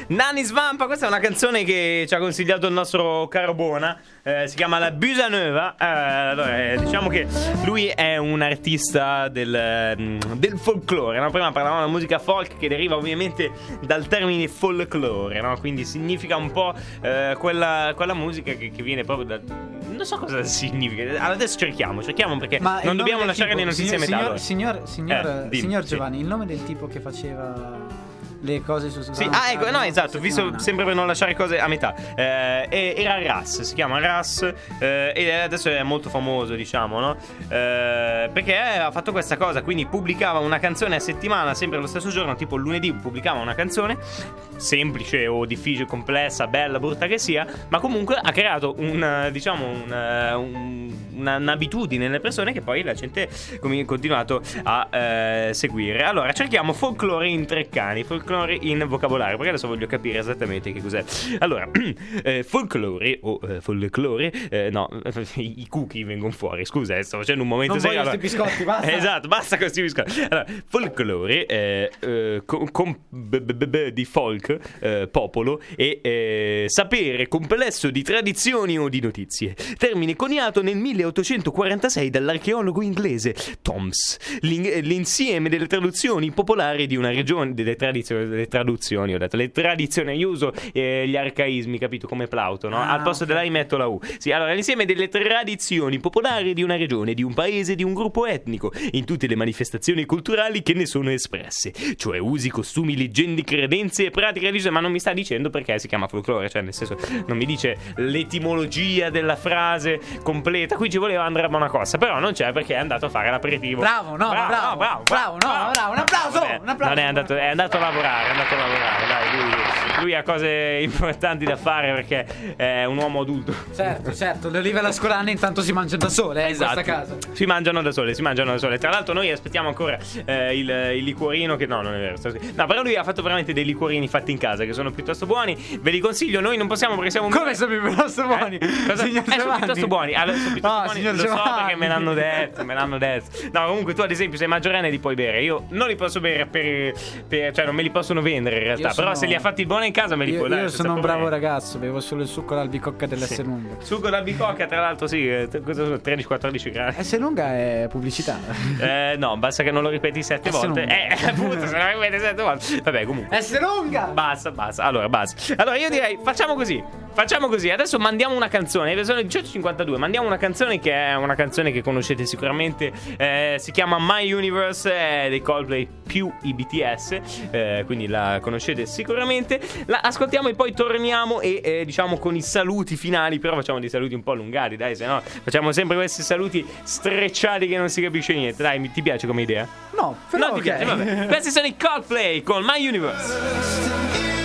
Speaker 3: Nanni Svampa, questa è una canzone che ci ha consigliato il nostro caro Bona. Eh, si chiama La Busa Nuova. Eh, allora, eh, diciamo che lui è un artista del, del folklore, no? Prima parlavamo della musica folk, che deriva ovviamente dal termine folklore, no? Quindi significa un po' eh, quella, quella musica che, che viene proprio da... non so cosa significa. Adesso cerchiamo, cerchiamo perché
Speaker 2: Ma
Speaker 3: non
Speaker 2: il
Speaker 3: dobbiamo
Speaker 2: nome del
Speaker 3: lasciare
Speaker 2: tipo,
Speaker 3: le notizie
Speaker 2: signor,
Speaker 3: a metà.
Speaker 2: Signor, signor, signor,
Speaker 3: Eh, dimmi,
Speaker 2: signor
Speaker 3: sì.
Speaker 2: Giovanni, il nome del tipo che faceva le cose su
Speaker 3: Sì, ah ecco, no, esatto, visto sempre per non lasciare cose a metà. Eh, era Ras, si chiama Ras, eh, e adesso è molto famoso, diciamo, no? Eh, perché ha fatto questa cosa, quindi pubblicava una canzone a settimana, sempre lo stesso giorno, tipo il lunedì pubblicava una canzone, semplice o difficile, complessa, bella, brutta che sia, ma comunque ha creato un, diciamo, un, un, una, un'abitudine nelle persone che poi la gente ha continuato a eh, seguire. Allora, cerchiamo folklore in Treccani, folklore in vocabolario, perché adesso voglio capire esattamente che cos'è. Allora, eh, folklore o eh, folklore, eh, no, i cookie vengono fuori. Scusa, eh, sto facendo un momento
Speaker 2: non
Speaker 3: serio.
Speaker 2: voglio questi biscotti, basta.
Speaker 3: Esatto, basta con questi biscotti. Allora, folklore, eh, eh, com, com, b, b, b, di folk, eh, popolo, e eh, sapere complesso di tradizioni o di notizie. Termine coniato nel milleottocentoquarantasei dall'archeologo inglese Toms. L'in, l'insieme delle traduzioni popolari di una regione, delle tradizioni delle traduzioni, ho detto le tradizioni, io uso eh, gli arcaismi, capito, come Plauto, no?
Speaker 2: Ah,
Speaker 3: Al posto
Speaker 2: okay.
Speaker 3: della I metto la U. Sì, allora l'insieme delle tradizioni popolari di una regione, di un paese, di un gruppo etnico, in tutte le manifestazioni culturali che ne sono espresse, cioè usi, costumi, leggende, credenze e pratiche religiose. Ma non mi sta dicendo perché si chiama folklore, cioè nel senso non mi dice l'etimologia della frase completa. Qui ci voleva Andrea Bonacossa, però non c'è perché è andato a fare l'aperitivo.
Speaker 2: Bravo, no, bravo, bravo,
Speaker 3: no, bravo,
Speaker 2: bravo, no, bravo, un applauso,
Speaker 3: Vabbè,
Speaker 2: un applauso.
Speaker 3: non è andato, è andato a lavorare, è andato a lavorare, dai, lui, lui ha cose importanti da fare perché è un uomo adulto.
Speaker 2: Certo, certo, le olive alla scolana intanto si mangiano da sole, eh,
Speaker 3: Esatto.
Speaker 2: in questa casa.
Speaker 3: Si mangiano da sole, si mangiano da sole. Tra l'altro noi aspettiamo ancora eh, il, il liquorino che no, non è vero. sta- No, però lui ha fatto veramente dei liquorini fatti in casa che sono piuttosto buoni. Ve li consiglio, noi non possiamo perché siamo un
Speaker 2: Come sono piuttosto buoni?
Speaker 3: Eh? Cosa?
Speaker 2: Signor
Speaker 3: Eh, sono
Speaker 2: Giovanni.
Speaker 3: piuttosto buoni. Allora, sono piuttosto
Speaker 2: No,
Speaker 3: buoni.
Speaker 2: signor
Speaker 3: Lo so
Speaker 2: Giovanni.
Speaker 3: perché me l'hanno detto, me l'hanno detto. No, comunque tu ad esempio sei maggiorenne e li puoi bere. Io non li posso bere per, per cioè non me li possono vendere in realtà.
Speaker 2: Io sono-
Speaker 3: Però se li ha fatti buoni in casa me li
Speaker 2: Io,
Speaker 3: puoi dare.
Speaker 2: io
Speaker 3: senza
Speaker 2: sono un
Speaker 3: problemi.
Speaker 2: bravo ragazzo, bevo solo il succo d'albicocca dell'S lunga.
Speaker 3: Succo d'albicocca, tra l'altro, sì, eh, cosa sono? tredici quattordici gradi.
Speaker 2: S lunga è pubblicità.
Speaker 3: Eh, no, basta che non lo ripeti sette
Speaker 2: S
Speaker 3: volte.
Speaker 2: lunga.
Speaker 3: Eh, appunto, se lo ripeti sette volte. Vabbè, comunque.
Speaker 2: S lunga!
Speaker 3: Basta, basta. Allora, basta. Allora, io direi, facciamo così. Facciamo così. Adesso mandiamo una canzone. Sono le diciotto e cinquantadue. Mandiamo una canzone che è una canzone che conoscete sicuramente. Eh, si chiama My Universe, è dei Coldplay più i B T S. Eh, quindi la conoscete sicuramente. La ascoltiamo e poi torniamo. E eh, diciamo con i saluti finali. Però facciamo dei saluti un po' allungati, dai. Se no, facciamo sempre questi saluti strecciati che non si capisce niente. Dai, mi- ti piace come idea?
Speaker 2: No, però
Speaker 3: Non ti
Speaker 2: ok.
Speaker 3: piace, vabbè. Questi sono i Coldplay con My Universe.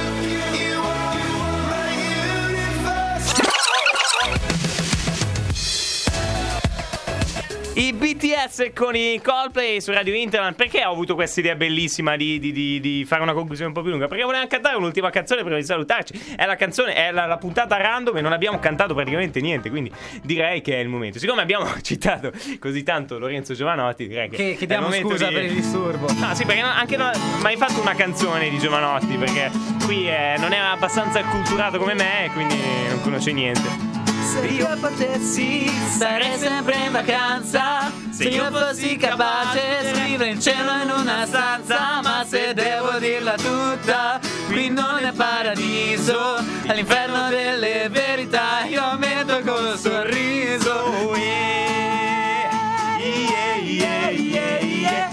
Speaker 3: I B T S con i Coldplay su Radio Internet. Perché ho avuto questa idea bellissima di, di, di, di fare una conclusione un po' più lunga? Perché volevamo cantare un'ultima canzone prima di salutarci. È la canzone, è la, la puntata random e non abbiamo cantato praticamente niente. Quindi direi che è il momento. Siccome abbiamo citato così tanto Lorenzo Giovanotti, direi che,
Speaker 2: Che
Speaker 3: è il
Speaker 2: chiediamo
Speaker 3: momento
Speaker 2: scusa
Speaker 3: di...
Speaker 2: per il disturbo.
Speaker 3: Ah sì, perché no- anche no, ma hai fatto una canzone di Giovanotti, perché qui eh, non è abbastanza acculturato come me e quindi non conosce niente.
Speaker 2: Se io potessi sarei sempre in vacanza. Se io fossi capace scrivere in cielo in una stanza. Ma se devo dirla tutta, qui non è paradiso, all'inferno delle verità io metto col sorriso.
Speaker 3: Oh, yeah, yeah, yeah, yeah,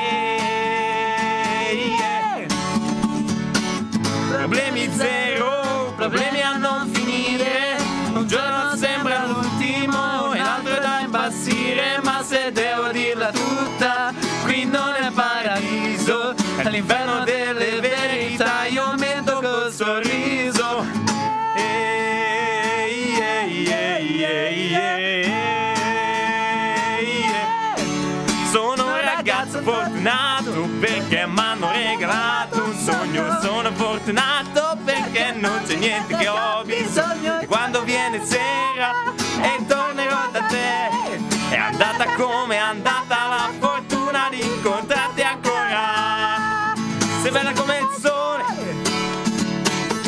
Speaker 3: yeah, yeah. Problemi zero, problemi a non finire. Un giorno sembra l'ultimo e l'altro è da impazzire. Ma se devo dirla tutta, qui non è paradiso, all'inferno delle verità io metto col sorriso. Eh, yeah, yeah, yeah, yeah, yeah. Sono un ragazzo fortunato perché mi hanno regalato un sogno. Sono fortunato perché non c'è niente che ho bisogno. E quando viene sera e tornerò da te, è andata come è andata la fortuna di incontrarti ancora. Sei bella come il sole,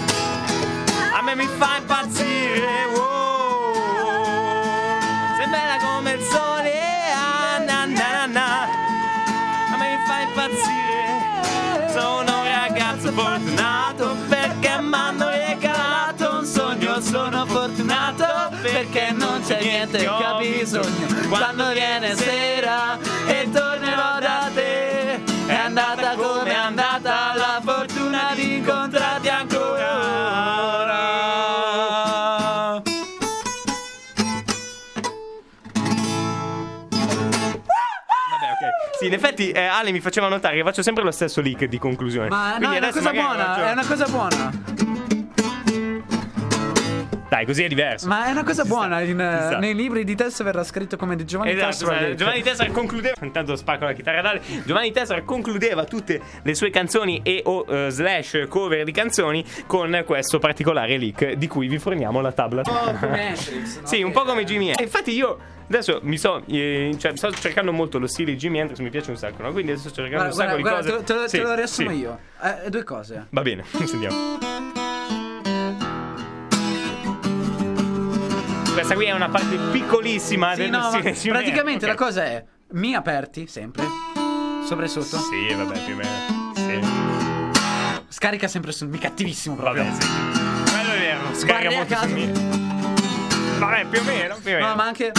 Speaker 1: me mi fa impazzire, wow. Sei bella come il sole, ah, na, na, na. A me mi fa impazzire. Sono un ragazzo fortunato perché m'hanno regalato un sogno. Sono fortunato perché non c'è niente che ho bisogno. Quando viene sera e tornerò da te, è andata come è andata la fortuna di incontrarti ancora. Vabbè, ok. Sì, in effetti eh, Ale mi faceva notare che faccio sempre lo stesso leak di conclusione.
Speaker 2: Ma no,
Speaker 1: Quindi
Speaker 2: è una
Speaker 1: adesso
Speaker 2: cosa
Speaker 1: magari
Speaker 2: buona,
Speaker 1: faccio-
Speaker 2: è una cosa buona.
Speaker 3: Dai, così è diverso.
Speaker 2: Ma è una cosa
Speaker 3: Ci
Speaker 2: buona,
Speaker 3: sta,
Speaker 2: in,
Speaker 3: ci sta.
Speaker 2: nei libri di Tessera verrà scritto come di Giovanni
Speaker 3: Esatto,
Speaker 2: Tessera.
Speaker 3: ma Giovanni Tessera concludeva. Intanto spacco la chitarra d'Ale. Giovanni Tessera concludeva tutte le sue canzoni e o eh, slash cover di canzoni con questo particolare leak di cui vi forniamo la tabla.
Speaker 2: Oh, come Hendrix, no?
Speaker 3: Sì, un po' come Jimi Hendrix. Infatti io adesso mi sto eh, cioè, sto cercando molto lo stile di Jimi Hendrix, mi piace un sacco, no? Quindi adesso sto cercando
Speaker 2: Guarda,
Speaker 3: un sacco
Speaker 2: guarda,
Speaker 3: di
Speaker 2: guarda,
Speaker 3: cose.
Speaker 2: te, te,
Speaker 3: Sì,
Speaker 2: te lo riassumo
Speaker 3: sì.
Speaker 2: io. Eh, due cose.
Speaker 3: Va bene, sentiamo. Questa qui è una parte piccolissima
Speaker 2: Sì,
Speaker 3: del
Speaker 2: no, ma
Speaker 3: stile Jimi
Speaker 2: praticamente
Speaker 3: Hendrix.
Speaker 2: la cosa è mi aperti sempre sopra e sotto.
Speaker 3: Sì, vabbè, più o meno. Sì.
Speaker 2: Scarica sempre sul mi cattivissimo proprio.
Speaker 3: Vabbè, sì. Quello è vero, scarica
Speaker 2: Guardi a
Speaker 3: molto
Speaker 2: caso.
Speaker 3: sul mio. Vabbè, più o meno, più o meno.
Speaker 2: No, ma anche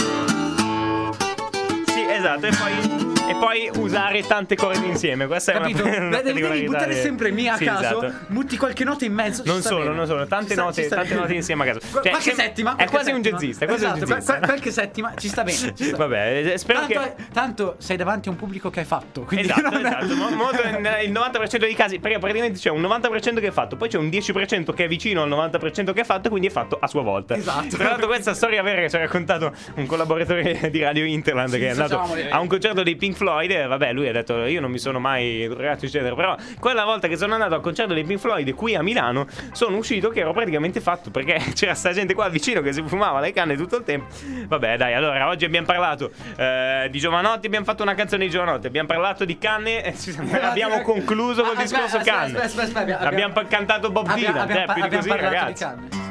Speaker 3: Sì, esatto, e poi e poi usare tante corde insieme. Questa
Speaker 2: capito?
Speaker 3: è una, una
Speaker 2: Beh, devi, devi
Speaker 3: particolarità
Speaker 2: buttare
Speaker 3: del-
Speaker 2: sempre mi a
Speaker 3: Sì,
Speaker 2: caso,
Speaker 3: esatto.
Speaker 2: butti qualche nota in mezzo. ci
Speaker 3: Non
Speaker 2: sta
Speaker 3: solo,
Speaker 2: bene.
Speaker 3: non solo, tante
Speaker 2: Ci sta-
Speaker 3: note,
Speaker 2: ci sta
Speaker 3: tante
Speaker 2: bene.
Speaker 3: note insieme a caso.
Speaker 2: Qu-
Speaker 3: Cioè,
Speaker 2: qualche
Speaker 3: sem-
Speaker 2: settima
Speaker 3: è
Speaker 2: qualche
Speaker 3: quasi un
Speaker 2: settima.
Speaker 3: jazzista, è quasi un
Speaker 2: Esatto,
Speaker 3: jazzista.
Speaker 2: qual- qualche settima ci sta bene, ci sta.
Speaker 3: Vabbè, eh, spero
Speaker 2: Tanto,
Speaker 3: che
Speaker 2: è- tanto sei davanti a un pubblico che hai fatto, quindi
Speaker 3: Esatto,
Speaker 2: non è-
Speaker 3: esatto, mo- molto- il novanta per cento dei casi, perché praticamente c'è un novanta per cento che è fatto, poi c'è un dieci per cento che è vicino al novanta per cento che è fatto, quindi è fatto a sua volta.
Speaker 2: Esatto.
Speaker 3: Tra l'altro questa storia vera che ci ha raccontato un collaboratore di Radio Interland
Speaker 2: Sì,
Speaker 3: che è andato
Speaker 2: facciamoli.
Speaker 3: a un concerto dei Pink Floyd e vabbè, lui ha detto io non mi sono mai drogato eccetera, però quella volta che sono andato al concerto dei Pink Floyd qui a Milano sono uscito che ero praticamente fatto, perché c'era sta gente qua vicino che si fumava le canne tutto il tempo. Vabbè, dai, allora oggi abbiamo parlato eh, di Giovanotti, abbiamo fatto una canzone di Giovanotti, abbiamo parlato di canne e ci siamo- abbiamo concluso col
Speaker 2: Ah, aspetta,
Speaker 3: discorso
Speaker 2: aspetta,
Speaker 3: canne.
Speaker 2: aspetta, aspetta, abbiamo-
Speaker 3: abbiamo pa- cantato Bob
Speaker 2: Abbiamo,
Speaker 3: Dylan,
Speaker 2: abbiamo,
Speaker 3: eh, più di
Speaker 2: abbiamo
Speaker 3: così,
Speaker 2: parlato
Speaker 3: ragazzi.
Speaker 2: di canne.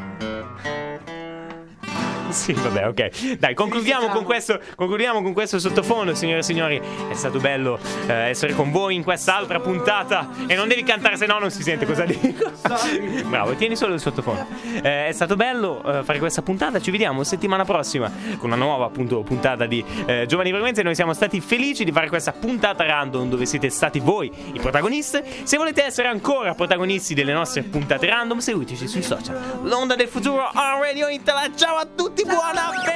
Speaker 3: Sì, vabbè, ok. Dai, concludiamo
Speaker 2: Sì,
Speaker 3: con questo, concludiamo con questo sottofondo, signore e signori. È stato bello eh, essere con voi in quest'altra puntata. E non devi cantare, se no non si sente cosa dico.
Speaker 2: Sorry.
Speaker 3: Bravo, tieni solo il sottofondo. Eh, è stato bello eh, fare questa puntata. Ci vediamo settimana prossima con una nuova appunto puntata di eh, Giovani Frequenze. Noi siamo stati felici di fare questa puntata random dove siete stati voi i protagonisti. Se volete essere ancora protagonisti delle nostre puntate random, seguiteci sui social. L'onda del futuro on Radio Internet. Ciao a tutti, buona